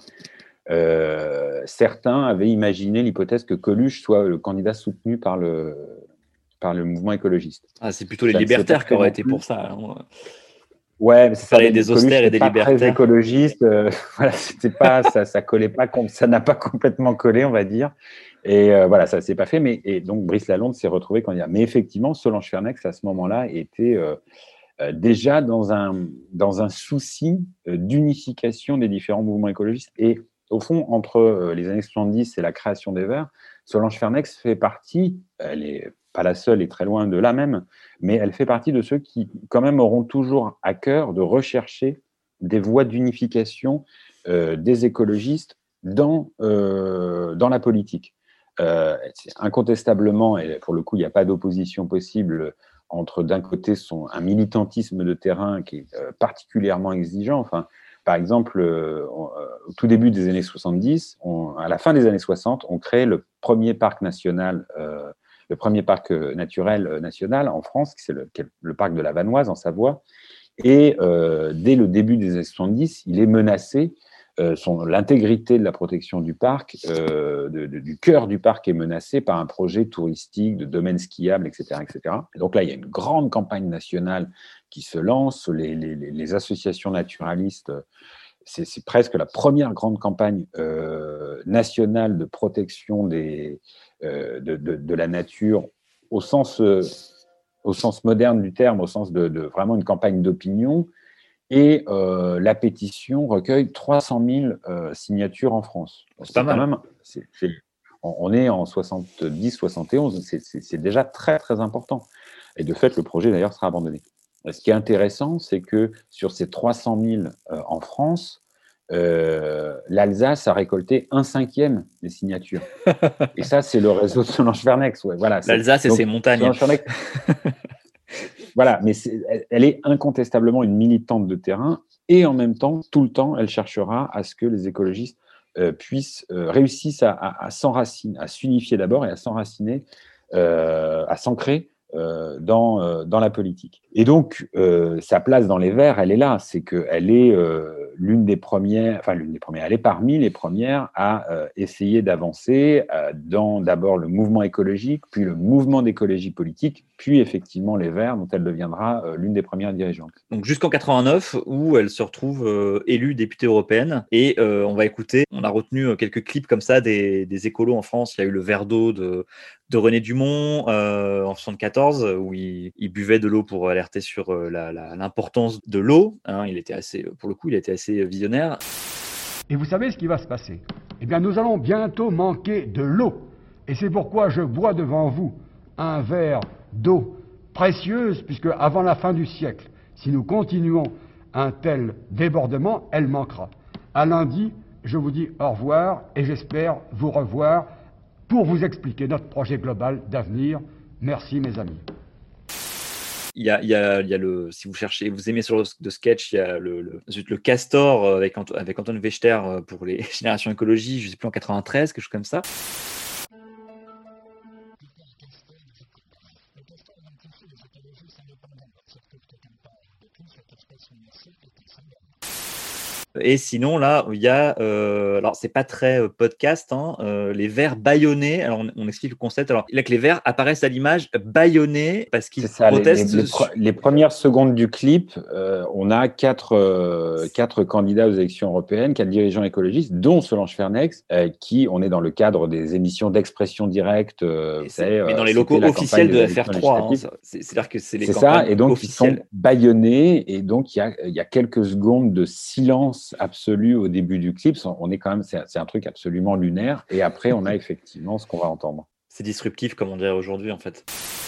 euh, certains avaient imaginé l'hypothèse que Coluche soit le candidat soutenu par le, par le mouvement écologiste. Ah, c'est plutôt les Ça ne s'est libertaires pas qui fait auraient non été plus. pour ça. hein. Ouais, mais c'est ça. Parler des Coluche austères et n'était des pas très libertaires. écologiste. euh, voilà, c'était pas, ça, ça collait pas, com- ça n'a pas complètement collé, on va dire. Et euh, voilà, ça s'est pas fait. Mais et donc Brice Lalonde s'est retrouvé candidat. Mais effectivement, Solange Fernex à ce moment-là était euh, euh, déjà dans un dans un souci euh, d'unification des différents mouvements écologistes. Et au fond, entre euh, les années soixante-dix et la création des Verts, Solange Fernex fait partie. Elle est pas la seule et très loin de là même, mais elle fait partie de ceux qui, quand même, auront toujours à cœur de rechercher des voies d'unification euh, des écologistes dans, euh, dans la politique. Euh, c'est incontestablement, et pour le coup, il n'y a pas d'opposition possible entre, d'un côté, son, un militantisme de terrain qui est euh, particulièrement exigeant. Enfin, par exemple, euh, on, euh, au tout début des années soixante-dix, on, à la fin des années soixante, on crée le premier parc national euh, le premier parc naturel national en France, c'est le, le parc de la Vanoise en Savoie. Et euh, dès le début des années soixante-dix, il est menacé, euh, son, l'intégrité de la protection du parc, euh, de, de, du cœur du parc est menacée par un projet touristique de domaines skiables, et cetera, et cetera. Et donc là, il y a une grande campagne nationale qui se lance, les, les, les associations naturalistes. C'est, c'est presque la première grande campagne euh, nationale de protection des, euh, de, de, de la nature au sens, euh, au sens moderne du terme, au sens de, de vraiment une campagne d'opinion. Et euh, la pétition recueille trois cent mille euh, signatures en France. C'est, c'est pas mal. Quand même, c'est, c'est, on est en soixante-dix soixante et onze, c'est, c'est, c'est déjà très, très important. Et de fait, le projet, d'ailleurs, sera abandonné. Ce qui est intéressant, c'est que sur ces trois cent mille euh, en France, euh, l'Alsace a récolté un cinquième des signatures. Et ça, c'est le réseau de Solange Fernex. Ouais, voilà, L'Alsace et donc, ses montagnes. Solange Fernex, voilà, mais c'est, elle, elle est incontestablement une militante de terrain et en même temps, tout le temps, elle cherchera à ce que les écologistes euh, puissent euh, réussissent à, à, à s'enraciner, à s'unifier d'abord et à s'enraciner, euh, à s'ancrer Euh, dans, euh, dans la politique. Et donc, euh, sa place dans les Verts, elle est là. C'est qu'elle est euh, l'une des premières, enfin l'une des premières, elle est parmi les premières à euh, essayer d'avancer euh, dans d'abord le mouvement écologique, puis le mouvement d'écologie politique, puis effectivement les Verts, dont elle deviendra euh, l'une des premières dirigeantes. Donc jusqu'en quatre-vingt-neuf, où elle se retrouve euh, élue députée européenne. Et euh, on va écouter, on a retenu quelques clips comme ça des, des écolos en France. Il y a eu le verre d'eau de, de René Dumont euh, en soixante-quatorze, où il, il buvait de l'eau pour alerter sur euh, la, la, l'importance de l'eau. Hein, il était assez, pour le coup, il était assez visionnaire. Et vous savez ce qui va se passer ? Eh bien, nous allons bientôt manquer de l'eau. Et c'est pourquoi je bois devant vous un verre d'eau précieuse, puisque avant la fin du siècle, si nous continuons un tel débordement, elle manquera. À lundi, je vous dis au revoir et j'espère vous revoir pour vous expliquer notre projet global d'avenir. Merci mes amis. Il y a, il y a, il y a le, si vous cherchez, vous aimez sur le de sketch, il y a le, le, le Castor avec, avec Antoine Wechter pour les Générations Écologie, je ne sais plus, en quatre-vingt-treize, quelque chose comme ça. et sinon, là, il y a, euh, alors c'est pas très euh, podcast, hein, euh, les vers bâillonnés. Alors, on, on explique le concept. Alors, là, que les vers apparaissent à l'image bâillonnés parce qu'ils C'est ça, les, les, protestent. les, pre- les premières secondes du clip, euh, on a quatre, euh, quatre candidats aux élections européennes, quatre dirigeants écologistes, dont Solange Fernex, euh, qui, on est dans le cadre des émissions d'expression directe. Euh, Et vous c'est- savez, mais dans euh, les locaux c'était la officiels campagne de des F R élections trois, hein, législatives. ça. C'est- c'est-à-dire que c'est les C'est ça, campagnes et donc ils sont officielles. bâillonnés, et donc il y a, il y a quelques secondes de silence absolu au début du clip. On est quand même, c'est, c'est un truc absolument lunaire, et après on a effectivement ce qu'on va entendre. C'est disruptif, comme on dirait aujourd'hui, en fait.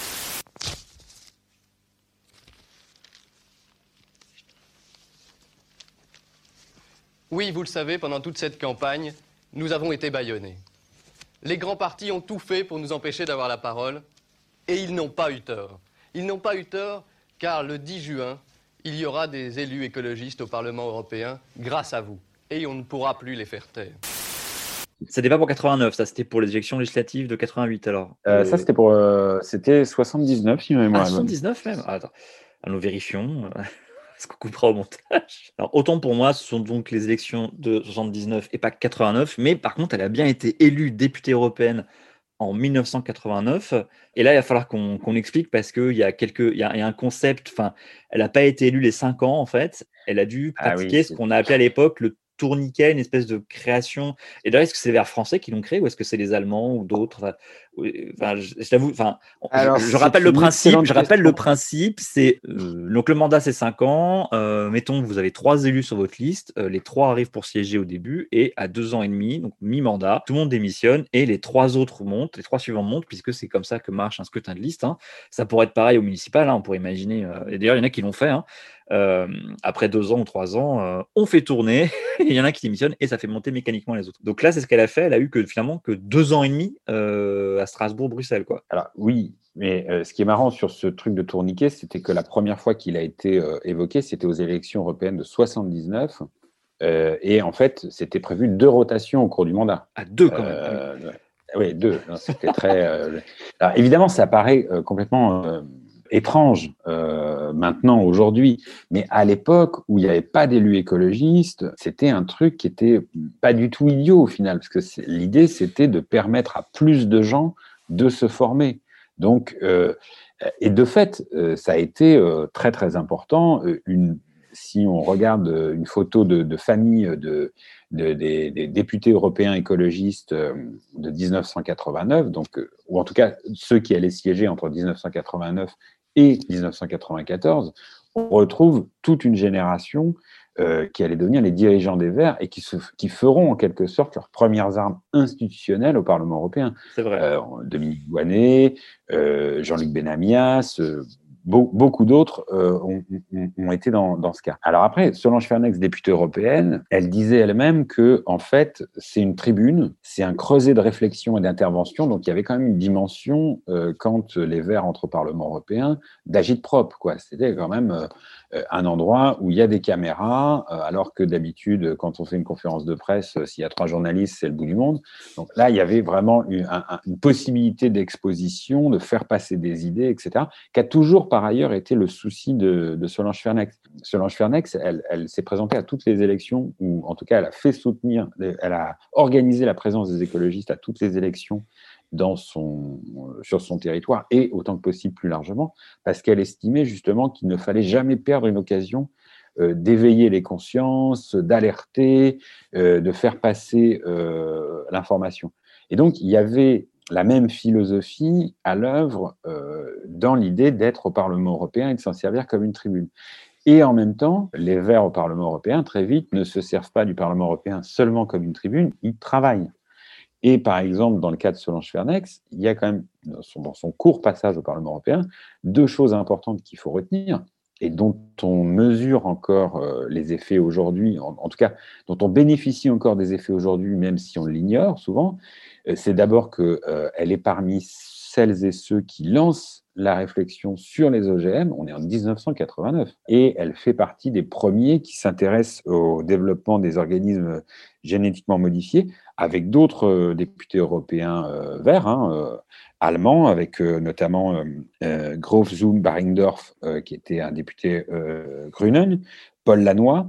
Oui, vous le savez, pendant toute cette campagne, nous avons été bâillonnés. Les grands partis ont tout fait pour nous empêcher d'avoir la parole, et ils n'ont pas eu tort. Ils n'ont pas eu tort, car le dix juin, il y aura des élus écologistes au Parlement européen grâce à vous, et on ne pourra plus les faire taire. C'était pas pour quatre-vingt-neuf, ça, c'était pour les élections législatives de quatre-vingt-huit, alors. Euh, Euh, Ça, c'était pour, euh, c'était soixante-dix-neuf, si ma mémoire Ah, est bonne. soixante-dix-neuf même. Ah, attends, ah, nous vérifions. Est-ce qu'on coupera au montage? Alors, autant pour moi, ce sont donc les élections de soixante-dix-neuf et pas quatre-vingt-neuf, mais par contre, elle a bien été élue députée européenne en mille neuf cent quatre-vingt-neuf. Et là, il va falloir qu'on qu'on explique parce qu'il y a quelques, il y a, il y a un concept. Enfin, elle n'a pas été élue les cinq ans en fait. Elle a dû Ah oui, pratiquer ce c'est- qu'on a appelé à l'époque le tourniquet, une espèce de création. Et d'ailleurs, est-ce que c'est les Verts français qui l'ont créé ou est-ce que c'est les Allemands ou d'autres? Enfin, oui, enfin, je, je t'avoue, enfin, je- Alors, je, c'est rappelle le une principe. excellente Je rappelle le question. principe. C'est euh, donc le mandat, c'est cinq ans. Euh, mettons, vous avez trois élus sur votre liste. Euh, les trois arrivent pour siéger au début et à deux ans et demi, donc mi-mandat, tout le monde démissionne et les trois autres montent, les trois suivants montent, puisque c'est comme ça que marche un scrutin de liste, hein. Ça pourrait être pareil au municipal, hein, on pourrait imaginer. Euh, et d'ailleurs, il y en a qui l'ont fait, hein. Euh, après deux ans ou trois ans, euh, on fait tourner, il y en a qui démissionnent et ça fait monter mécaniquement les autres. Donc là, c'est ce qu'elle a fait. Elle a eu que finalement que deux ans et demi euh, à Strasbourg, Bruxelles, quoi. Alors oui, mais euh, ce qui est marrant sur ce truc de tourniquet, c'était que la première fois qu'il a été euh, évoqué, c'était aux élections européennes de soixante-dix-neuf. Euh, et en fait, c'était prévu deux rotations au cours du mandat. À deux quand même. Euh, ouais. Oui, deux. Non, c'était très. euh, Alors évidemment, ça paraît euh, complètement euh, étrange euh, maintenant, aujourd'hui, mais à l'époque où il n'y avait pas d'élus écologistes, c'était un truc qui était pas du tout idiot au final, parce que c'est- l'idée c'était de permettre à plus de gens de se former. Donc, euh, et de fait, euh, ça a été euh, très très important. Euh, Une, si on regarde euh, une photo de, de famille de, de- des, des députés européens écologistes euh, de dix-neuf cent quatre-vingt-neuf, donc, euh, ou en tout cas ceux qui allaient siéger entre dix-neuf cent quatre-vingt-neuf et dix-neuf cent quatre-vingt-quatorze, on retrouve toute une génération euh, qui allait devenir les dirigeants des Verts et qui, se, qui feront en quelque sorte leurs premières armes institutionnelles au Parlement européen. C'est vrai. Euh, Dominique Voynet, euh, Jean-Luc Benamias, euh, Be- beaucoup d'autres euh, ont, ont, ont été dans, dans ce cas. Alors après, Solange Fernex, députée européenne, elle disait elle-même que en fait, c'est une tribune, c'est un creuset de réflexion et d'intervention. Donc il y avait quand même une dimension euh, quand les Verts entrent au Parlement européen d'agite-propre, quoi. C'était quand même euh, un endroit où il y a des caméras, euh, alors que d'habitude, quand on fait une conférence de presse, euh, s'il y a trois journalistes, c'est le bout du monde. Donc là, il y avait vraiment une, un, une possibilité d'exposition, de faire passer des idées, et cetera, qui a toujours par ailleurs été le souci de, de Solange Fernex. Solange Fernex, elle, elle s'est présentée à toutes les élections, ou en tout cas, elle a fait soutenir, elle a organisé la présence des écologistes à toutes les élections dans son, sur son territoire et autant que possible plus largement, parce qu'elle estimait justement qu'il ne fallait jamais perdre une occasion euh, d'éveiller les consciences, d'alerter, euh, de faire passer euh, l'information. Et donc, il y avait la même philosophie à l'œuvre euh, dans l'idée d'être au Parlement européen et de s'en servir comme une tribune. Et en même temps, les Verts au Parlement européen, très vite, ne se servent pas du Parlement européen seulement comme une tribune, ils travaillent. Et par exemple, dans le cas de Solange Fernex, il y a quand même, dans son, dans son court passage au Parlement européen, deux choses importantes qu'il faut retenir et dont on mesure encore euh, les effets aujourd'hui, en, en tout cas, dont on bénéficie encore des effets aujourd'hui, même si on l'ignore souvent. Euh, c'est d'abord qu'elle euh, est parmi celles et ceux qui lancent la réflexion sur les O G M, on est en dix-neuf cent quatre-vingt-neuf, et elle fait partie des premiers qui s'intéressent au développement des organismes génétiquement modifiés, avec d'autres euh, députés européens euh, verts, hein, euh, allemands, avec euh, notamment euh, euh, Graf zu Baringdorf, euh, qui était un député euh, Grünen, Paul Lannoy,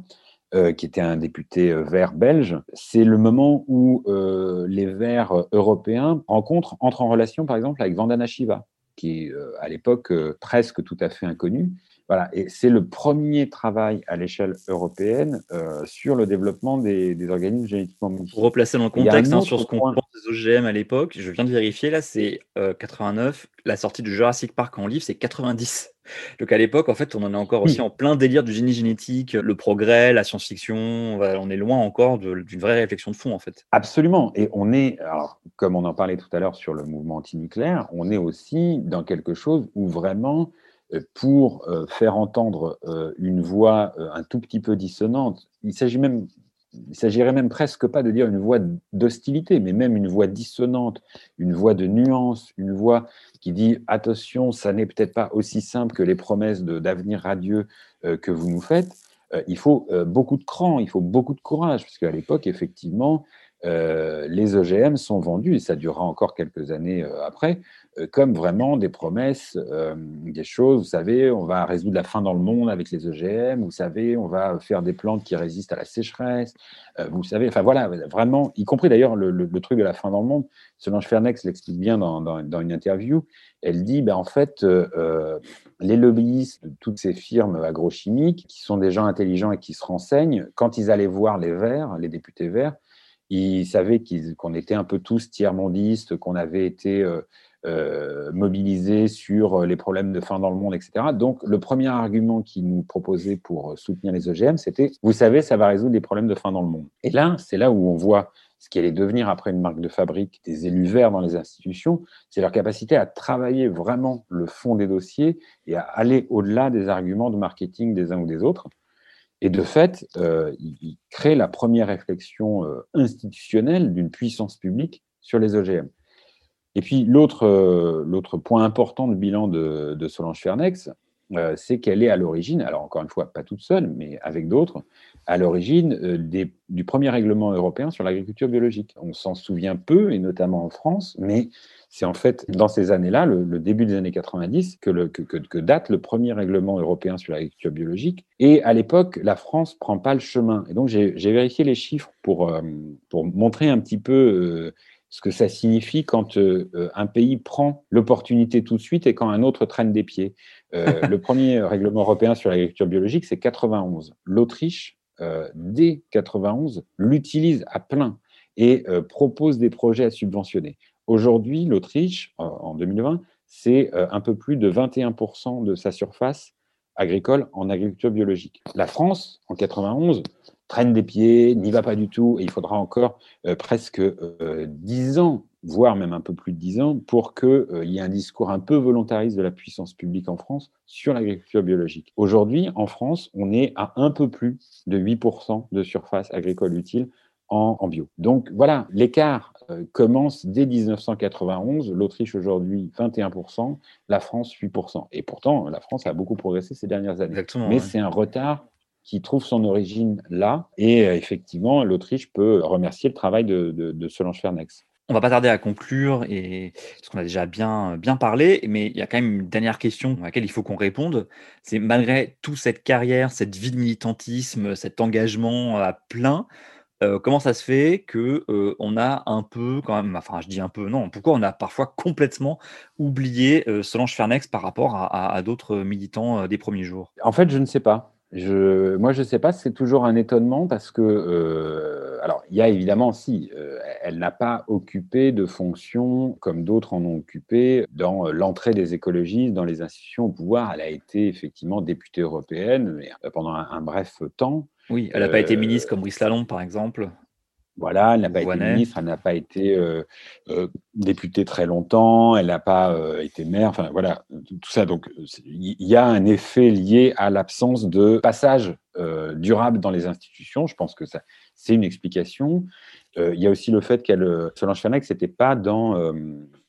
euh, qui était un député euh, vert belge. C'est le moment où euh, les Verts européens rencontrent, entrent en relation, par exemple, avec Vandana Shiva, qui est euh, à l'époque euh, presque tout à fait inconnu. Voilà, et c'est le premier travail à l'échelle européenne euh, sur le développement des, des organismes génétiquement modifiés. Pour replacer dans le Et il y a un contexte hein, autre sur ce qu'on point. pense des O G M à l'époque, je viens de vérifier, là c'est euh, quatre-vingt-neuf, la sortie de Jurassic Park en livre c'est quatre-vingt-dix. Donc à l'époque, en fait, on en est encore aussi Oui. en plein délire du génie génétique, le progrès, la science-fiction, on va- on est loin encore de- d'une vraie réflexion de fond en fait. Absolument. Et on est, alors, comme on en parlait tout à l'heure sur le mouvement antinucléaire, on est aussi dans quelque chose où vraiment, euh, pour euh, faire entendre euh, une voix euh, un tout petit peu dissonante, il s'agit même, il s'agirait même presque pas de dire une voix d'hostilité, mais même une voix dissonante, une voix de nuance, une voix qui dit attention, ça n'est peut-être pas aussi simple que les promesses de- d'avenir radieux euh, que vous nous faites. Euh, il faut euh, beaucoup de cran, il faut beaucoup de courage, parce qu'à l'époque, effectivement, euh, les O G M sont vendus, et ça durera encore quelques années euh, après, euh, comme vraiment des promesses, euh, des choses, vous savez, on va résoudre la faim dans le monde avec les O G M, vous savez, on va faire des plantes qui résistent à la sécheresse, euh, vous savez, enfin voilà, vraiment, y compris d'ailleurs le, le- le truc de la faim dans le monde, Solange Fernex l'explique bien dans, dans- dans une interview, elle dit, ben, en fait, euh, euh, les lobbyistes de toutes ces firmes agrochimiques, qui sont des gens intelligents et qui se renseignent, quand ils allaient voir les Verts, les députés Verts, ils savaient qu'ils- qu'on était un peu tous tiers-mondistes, qu'on avait été euh, euh, mobilisés sur les problèmes de faim dans le monde, et cetera. Donc, le premier argument qu'ils nous proposaient pour soutenir les O G M, c'était « Vous savez, ça va résoudre les problèmes de faim dans le monde ». Et là, c'est là où on voit ce qui allait devenir après une marque de fabrique des élus verts dans les institutions, c'est leur capacité à travailler vraiment le fond des dossiers et à aller au-delà des arguments de marketing des uns ou des autres. Et de fait, euh, il, il crée la première réflexion euh, institutionnelle d'une puissance publique sur les O G M. Et puis l'autre euh, l'autre point important du bilan de, de Solange Fernex, euh, c'est qu'elle est à l'origine, alors encore une fois pas toute seule, mais avec d'autres, à l'origine euh, des- du premier règlement européen sur l'agriculture biologique. On s'en souvient peu, et notamment en France, mais c'est en fait dans ces années-là, le, le début des années quatre-vingt-dix, que, le- que- que- que date le premier règlement européen sur l'agriculture biologique. Et à l'époque, la France ne prend pas le chemin. Et donc j'ai j'ai vérifié les chiffres pour, euh, pour montrer un petit peu euh, ce que ça signifie quand euh, euh, un pays prend l'opportunité tout de suite et quand un autre traîne des pieds. Euh, le premier règlement européen sur l'agriculture biologique, c'est quatre-vingt-onze. L'Autriche, euh, dès quatre-vingt-onze, l'utilise à plein et euh, propose des projets à subventionner. Aujourd'hui, l'Autriche, euh, en deux mille vingt, c'est euh, un peu plus de vingt et un pour cent de sa surface agricole en agriculture biologique. La France, en quatre-vingt-onze, traîne des pieds, n'y va pas du tout, et il faudra encore euh, presque euh, dix ans, voire même un peu plus de dix ans, pour qu'il euh, y ait un discours un peu volontariste de la puissance publique en France sur l'agriculture biologique. Aujourd'hui, en France, on est à un peu plus de huit pour cent de surface agricole utile en, en bio. Donc voilà, l'écart euh, commence dès dix-neuf cent quatre-vingt-onze, l'Autriche aujourd'hui vingt et un pour cent, la France huit pour cent. Et pourtant, la France a beaucoup progressé ces dernières années. Exactement. Mais Ouais. c'est un retard qui trouve son origine là. Et euh, effectivement, l'Autriche peut remercier le travail de, de, de Solange Fernex. On va pas tarder à conclure, et parce qu'on a déjà bien, bien parlé, mais il y a quand même une dernière question à laquelle il faut qu'on réponde. C'est malgré toute cette carrière, cette vie de militantisme, cet engagement à plein, euh, comment ça se fait que euh, on a un peu quand même, enfin je dis un peu, non, pourquoi on a parfois complètement oublié euh, Solange Fernex par rapport à, à- à d'autres militants euh, des premiers jours? En fait, je ne sais pas. Je, moi, je ne sais pas, c'est toujours un étonnement parce que, euh, alors, il y a évidemment, si, euh, elle n'a pas occupé de fonction comme d'autres en ont occupé dans euh, l'entrée des écologistes dans les institutions au pouvoir. Elle a été effectivement députée européenne mais, euh, pendant un, un bref temps. Oui, elle n'a pas été Euh, ministre comme Brice Lalonde, par exemple, Voilà, elle n'a ou pas été Voynet. ministre, elle n'a pas été euh, euh, députée très longtemps, elle n'a pas euh, été maire, enfin voilà, tout ça. Donc, il y a un effet lié à l'absence de passage euh, durable dans les institutions. Je pense que ça, c'est une explication. Euh, il y a aussi le fait qu'elle, euh, Solange Fernex, n'était pas dans, euh,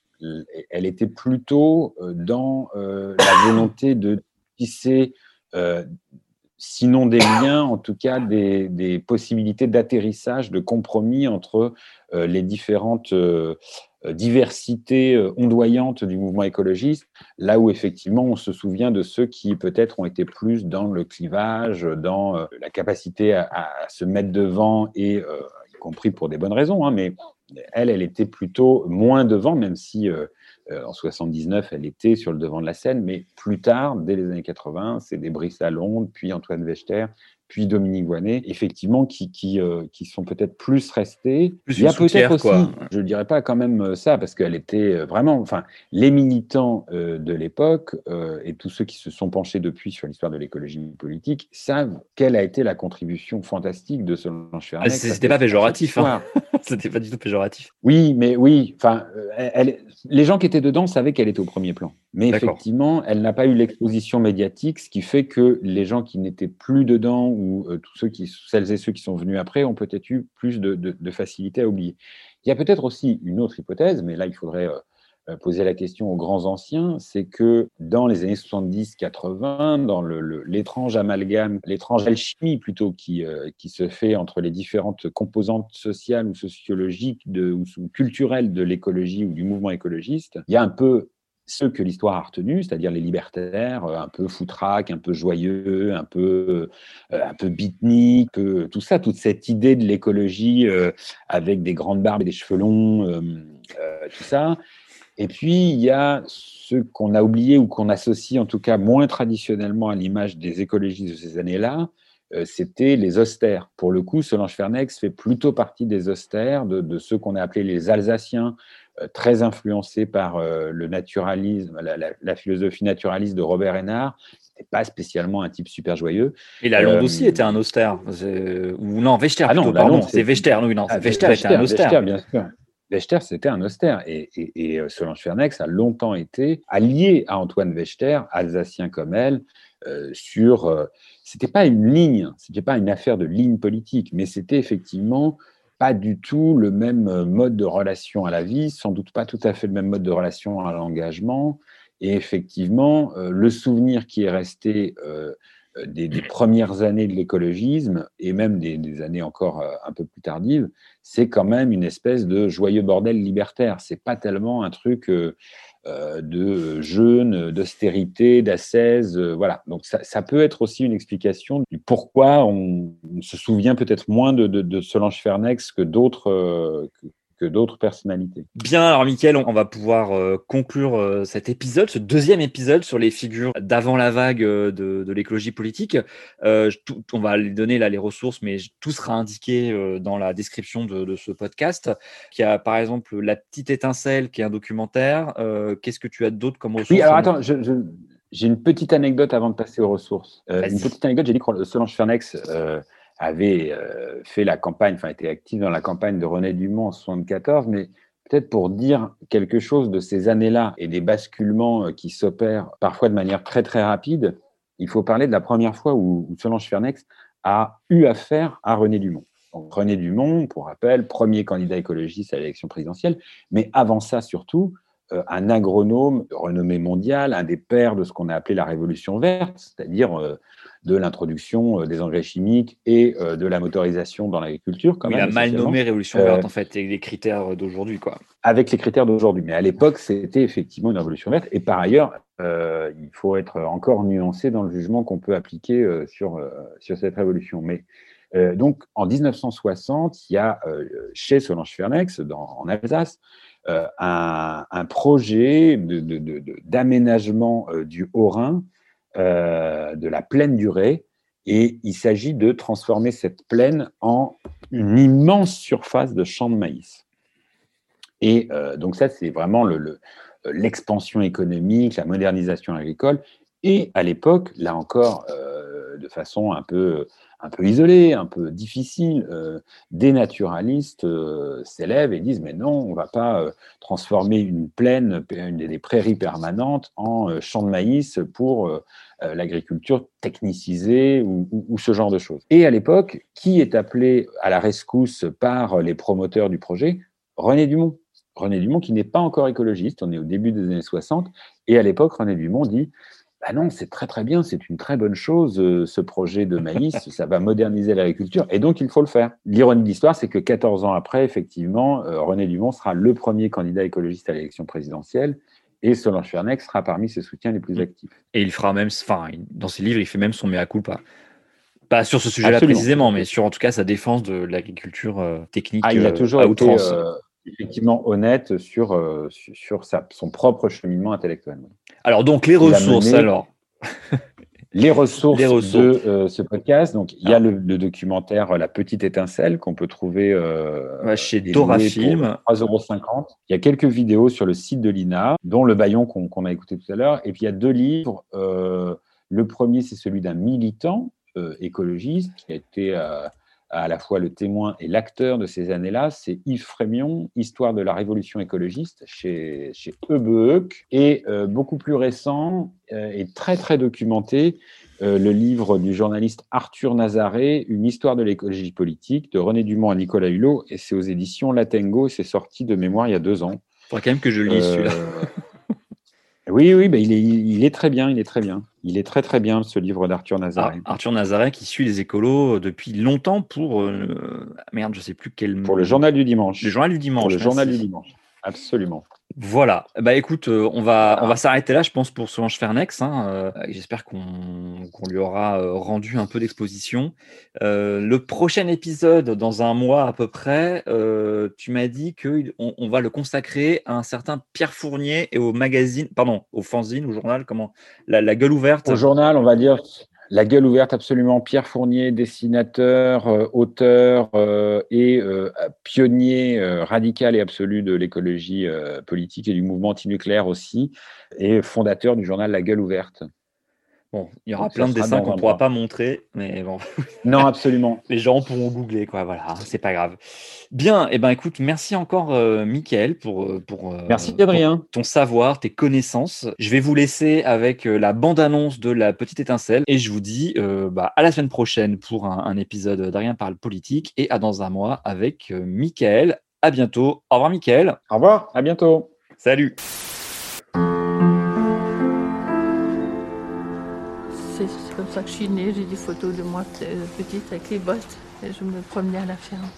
elle était plutôt euh, dans euh, la volonté de tisser euh, sinon des liens, en tout cas des, des possibilités d'atterrissage, de compromis entre euh, les différentes euh, diversité ondoyante du mouvement écologiste, là où effectivement on se souvient de ceux qui peut-être ont été plus dans le clivage, dans la capacité à, à se mettre devant, et euh, y compris pour des bonnes raisons, hein, mais elle, elle était plutôt moins devant, même si euh, en soixante-dix-neuf, elle était sur le devant de la scène, mais plus tard, dès les années quatre-vingts, c'est des Brice Lalonde, puis Antoine Wechter, puis Dominique Voynet, effectivement, qui, qui, euh, qui sont peut-être plus restés. Plus Il y a peut-être aussi, quoi. je ne dirais pas quand même ça, parce qu'elle était vraiment, enfin, les militants euh, de l'époque euh, et tous ceux qui se sont penchés depuis sur l'histoire de l'écologie politique savent quelle a été la contribution fantastique de Solange Fernex. Ah, c'était pas péjoratif, hein. C'était pas du tout péjoratif. Oui, mais oui, enfin, elle, elle, les gens qui étaient dedans savaient qu'elle était au premier plan. Mais D'accord. effectivement, elle n'a pas eu l'exposition médiatique, ce qui fait que les gens qui n'étaient plus dedans, ou euh, tous ceux qui, celles et ceux qui sont venus après, ont peut-être eu plus de, de, de facilité à oublier. Il y a peut-être aussi une autre hypothèse, mais là, il faudrait euh, poser la question aux grands anciens, c'est que dans les années soixante-dix quatre-vingts, dans le, le, l'étrange amalgame, l'étrange alchimie plutôt, qui, euh, qui se fait entre les différentes composantes sociales ou sociologiques de, ou, ou culturelles de l'écologie ou du mouvement écologiste, il y a un peu ceux que l'histoire a retenus, c'est-à-dire les libertaires, un peu foutraques, un peu joyeux, un peu, euh, un peu beatnik, peu, tout ça, toute cette idée de l'écologie euh, avec des grandes barbes et des cheveux longs, euh, euh, tout ça. Et puis, il y a ceux qu'on a oubliés ou qu'on associe en tout cas moins traditionnellement à l'image des écologistes de ces années-là, euh, c'était les austères. Pour le coup, Solange Fernex fait plutôt partie des austères, de, de ceux qu'on a appelés les Alsaciens, très influencé par euh, le naturalisme, la, la, la philosophie naturaliste de Robert Hénard. C'était pas spécialement un type super joyeux. Et Lalonde euh, aussi était un austère. Ou non, Wechter ah plutôt, non, pardon. C'est, c'est Wechter, oui, non, ah, Wechter, Wechter était un austère. Wechter, bien sûr. Wechter, c'était un austère. Et, et, et Solange Fernex a longtemps été alliée à Antoine Wechter, alsacien comme elle, euh, sur... Euh, c'était pas une ligne, c'était pas une affaire de ligne politique, mais c'était effectivement... pas du tout le même mode de relation à la vie, sans doute pas tout à fait le même mode de relation à l'engagement. Et effectivement, euh, le souvenir qui est resté euh, des, des premières années de l'écologisme, et même des, des années encore euh, un peu plus tardives, c'est quand même une espèce de joyeux bordel libertaire. C'est pas tellement un truc... Euh, de jeûne, d'austérité, d'ascèse, voilà. Donc ça, ça peut être aussi une explication du pourquoi on, on se souvient peut-être moins de, de, de Solange Fernex que d'autres, euh, que, que d'autres personnalités. Bien, alors Mickaël, on va pouvoir euh, conclure euh, cet épisode, ce deuxième épisode sur les figures d'avant la vague euh, de, de l'écologie politique. Euh, tout, on va les donner là les ressources, mais tout sera indiqué euh, dans la description de, de ce podcast. Il y a par exemple La Petite Étincelle, qui est un documentaire. Euh, qu'est-ce que tu as d'autre comme ressources? Oui, alors attends, je, je, j'ai une petite anecdote avant de passer aux ressources. Euh, une petite anecdote, j'ai dit que Solange Fernex... Euh, avait euh, fait la campagne, enfin était active dans la campagne de René Dumont en soixante-quatorze, mais peut-être pour dire quelque chose de ces années-là et des basculements qui s'opèrent parfois de manière très très rapide, il faut parler de la première fois où, où Solange Fernex a eu affaire à René Dumont. Donc, René Dumont, pour rappel, premier candidat écologiste à l'élection présidentielle, mais avant ça surtout, euh, un agronome de renommée mondiale, un des pères de ce qu'on a appelé la révolution verte, c'est-à-dire euh, de l'introduction des engrais chimiques et euh, de la motorisation dans l'agriculture. Quand oui, même, il a mal nommé révolution verte, euh, en fait, et les critères d'aujourd'hui, quoi. Avec les critères d'aujourd'hui. Mais à l'époque, c'était effectivement une révolution verte. Et par ailleurs, euh, il faut être encore nuancé dans le jugement qu'on peut appliquer euh, sur, euh, sur cette révolution. Mais euh, donc, en dix-neuf cent soixante, il y a euh, chez Solange Fernex, dans, en Alsace, euh, un, un projet de, de, de, de, d'aménagement euh, du Haut-Rhin, Euh, de la plaine du Ré, et il s'agit de transformer cette plaine en une immense surface de champs de maïs. Et euh, donc ça, c'est vraiment le, le, l'expansion économique, la modernisation agricole, et à l'époque, là encore, euh, de façon un peu, un peu isolée, un peu difficile, euh, des naturalistes euh, s'élèvent et disent « mais non, on ne va pas euh, transformer une plaine, une des prairies permanentes en euh, champ de maïs pour euh, euh, l'agriculture technicisée ou, ou, ou ce genre de choses ». Et à l'époque, qui est appelé à la rescousse par les promoteurs du projet? René Dumont. René Dumont qui n'est pas encore écologiste, on est au début des années soixante, et à l'époque, René Dumont dit Ah non, c'est très très bien, c'est une très bonne chose, euh, ce projet de maïs, ça va moderniser l'agriculture, et donc il faut le faire. L'ironie de l'histoire, c'est que quatorze ans après, effectivement, euh, René Dumont sera le premier candidat écologiste à l'élection présidentielle, et Solange Fernex sera parmi ses soutiens les plus actifs. Et il fera même, enfin, dans ses livres, il fait même son mea culpa. Pas sur ce sujet-là Absolument. précisément, mais sur en tout cas sa défense de l'agriculture euh, technique Ah, il a toujours euh, à été outrance. euh, effectivement honnête sur, euh, sur, sur sa, son propre cheminement intellectuel. Alors donc les Il a ressources, mené alors les ressources, Les ressources. de euh, ce podcast. Donc il y a Ah. le, le documentaire La Petite Étincelle qu'on peut trouver euh, Ouais, chez et Dora louer Film. pour trois euros cinquante. Il y a quelques vidéos sur le site de l'I N A, dont Le Baillon qu'on qu'on a écouté tout à l'heure. Et puis il y a deux livres. Euh, le premier, c'est celui d'un militant euh, écologiste qui a été euh, à la fois le témoin et l'acteur de ces années-là. C'est Yves Frémion, Histoire de la révolution écologiste, chez, chez E B E C. Et euh, beaucoup plus récent euh, et très très documenté, euh, le livre du journaliste Arthur Nazaret, Une histoire de l'écologie politique, de René Dumont à Nicolas Hulot. Et c'est aux éditions Latengo. C'est sorti de mémoire il y a deux ans. Il faudrait quand même que je lise Euh, celui-là. Oui, oui, bah, il, est, il est très bien, il est très bien. Il est très très bien, ce livre d'Arthur Nazaret. Ah, Arthur Nazaret qui suit les écolos depuis longtemps pour euh, merde, je sais plus quel. Pour le Journal du Dimanche. Le Journal du Dimanche. Pour le Journal merci. du Dimanche. Absolument. Voilà. Bah écoute, euh, on va on va s'arrêter là, je pense, pour Solange Fernex. Hein. Euh, J'espère qu'on qu'on lui aura euh, rendu un peu d'exposition. Euh, le prochain épisode, dans un mois à peu près, euh, tu m'as dit que on, on va le consacrer à un certain Pierre Fournier et au magazine, pardon, au fanzine, au journal, comment, la, la gueule ouverte. Au journal, on va dire la gueule ouverte, absolument. Pierre Fournier, dessinateur, euh, auteur euh, et euh, pionnier euh, radical et absolu de l'écologie euh, politique et du mouvement antinucléaire aussi, et fondateur du journal La Gueule ouverte. Bon, il y aura Donc, plein ça de sera dessins dans qu'on un ne pourra mois. pas montrer, mais bon. Non, absolument. Les gens pourront googler, quoi. Voilà, hein, c'est pas grave. Bien, et eh ben écoute, merci encore, euh, Mickaël, pour, pour, euh, Merci, Adrien. pour ton savoir, tes connaissances. Je vais vous laisser avec euh, la bande-annonce de La Petite Étincelle, et je vous dis euh, bah, à la semaine prochaine pour un, un épisode d'Adrien parle politique, et à dans un mois avec euh, Mickaël. À bientôt. Au revoir, Mickaël. Au revoir, à bientôt. Salut. C'est comme ça que je suis née. J'ai des photos de moi euh, petite avec les bottes et je me promenais à la ferme.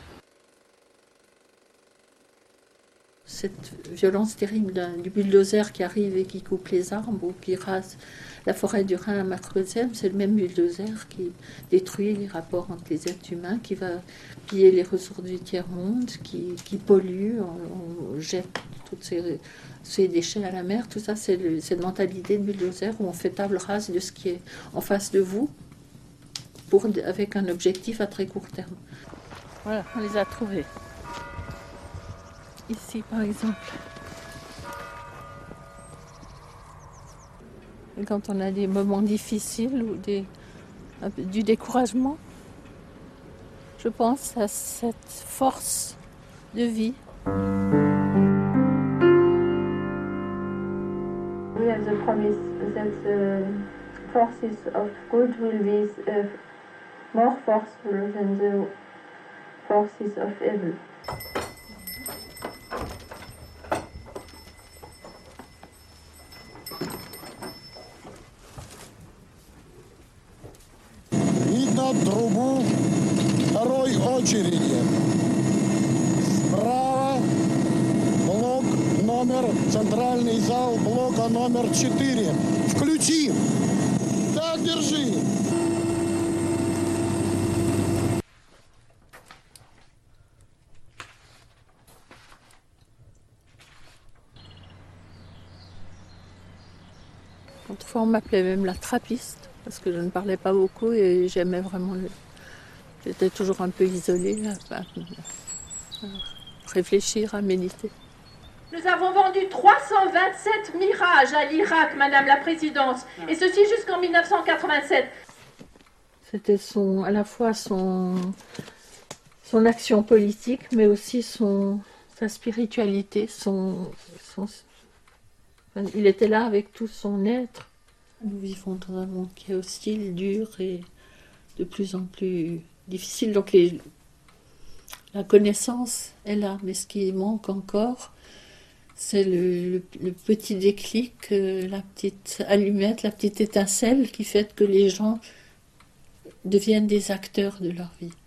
Cette violence terrible d'un- du bulldozer qui arrive et qui coupe les arbres ou qui rase la forêt du Rhin à Marcozem, c'est le même bulldozer qui détruit les rapports entre les êtres humains, qui va piller les ressources du tiers-monde, qui, qui pollue, on, on jette toutes ces, ces déchets à la mer. Tout ça, c'est le- cette mentalité de bulldozer où on fait table rase de ce qui est en face de vous pour, avec un objectif à très court terme. Voilà, on les a trouvés. Ici, par exemple. Et quand on a des moments difficiles ou des, un peu du découragement, je pense à cette force de vie. We have the promise that the forces of good will be uh, more forceful than the forces of evil. Видно трубу второй очереди. Справа блок номер, центральный зал блока номер четыре. Включи. Так, держи. Autrefois, on m'appelait même la trappiste, parce que je ne parlais pas beaucoup et j'aimais vraiment le... J'étais toujours un peu isolée, là, à réfléchir, à méditer. Nous avons vendu trois cent vingt-sept Mirage à l'Irak, Madame la Présidente, et ceci jusqu'en mille neuf cent quatre-vingt-sept. C'était son, à la fois son, son action politique, mais aussi son, sa spiritualité, son, son, il était là avec tout son être. Nous vivons dans un monde qui est hostile, dur et de plus en plus difficile. Donc les, la connaissance est là, mais ce qui manque encore, C'est le, le, le petit déclic, euh, la petite allumette, la petite étincelle qui fait que les gens deviennent des acteurs de leur vie.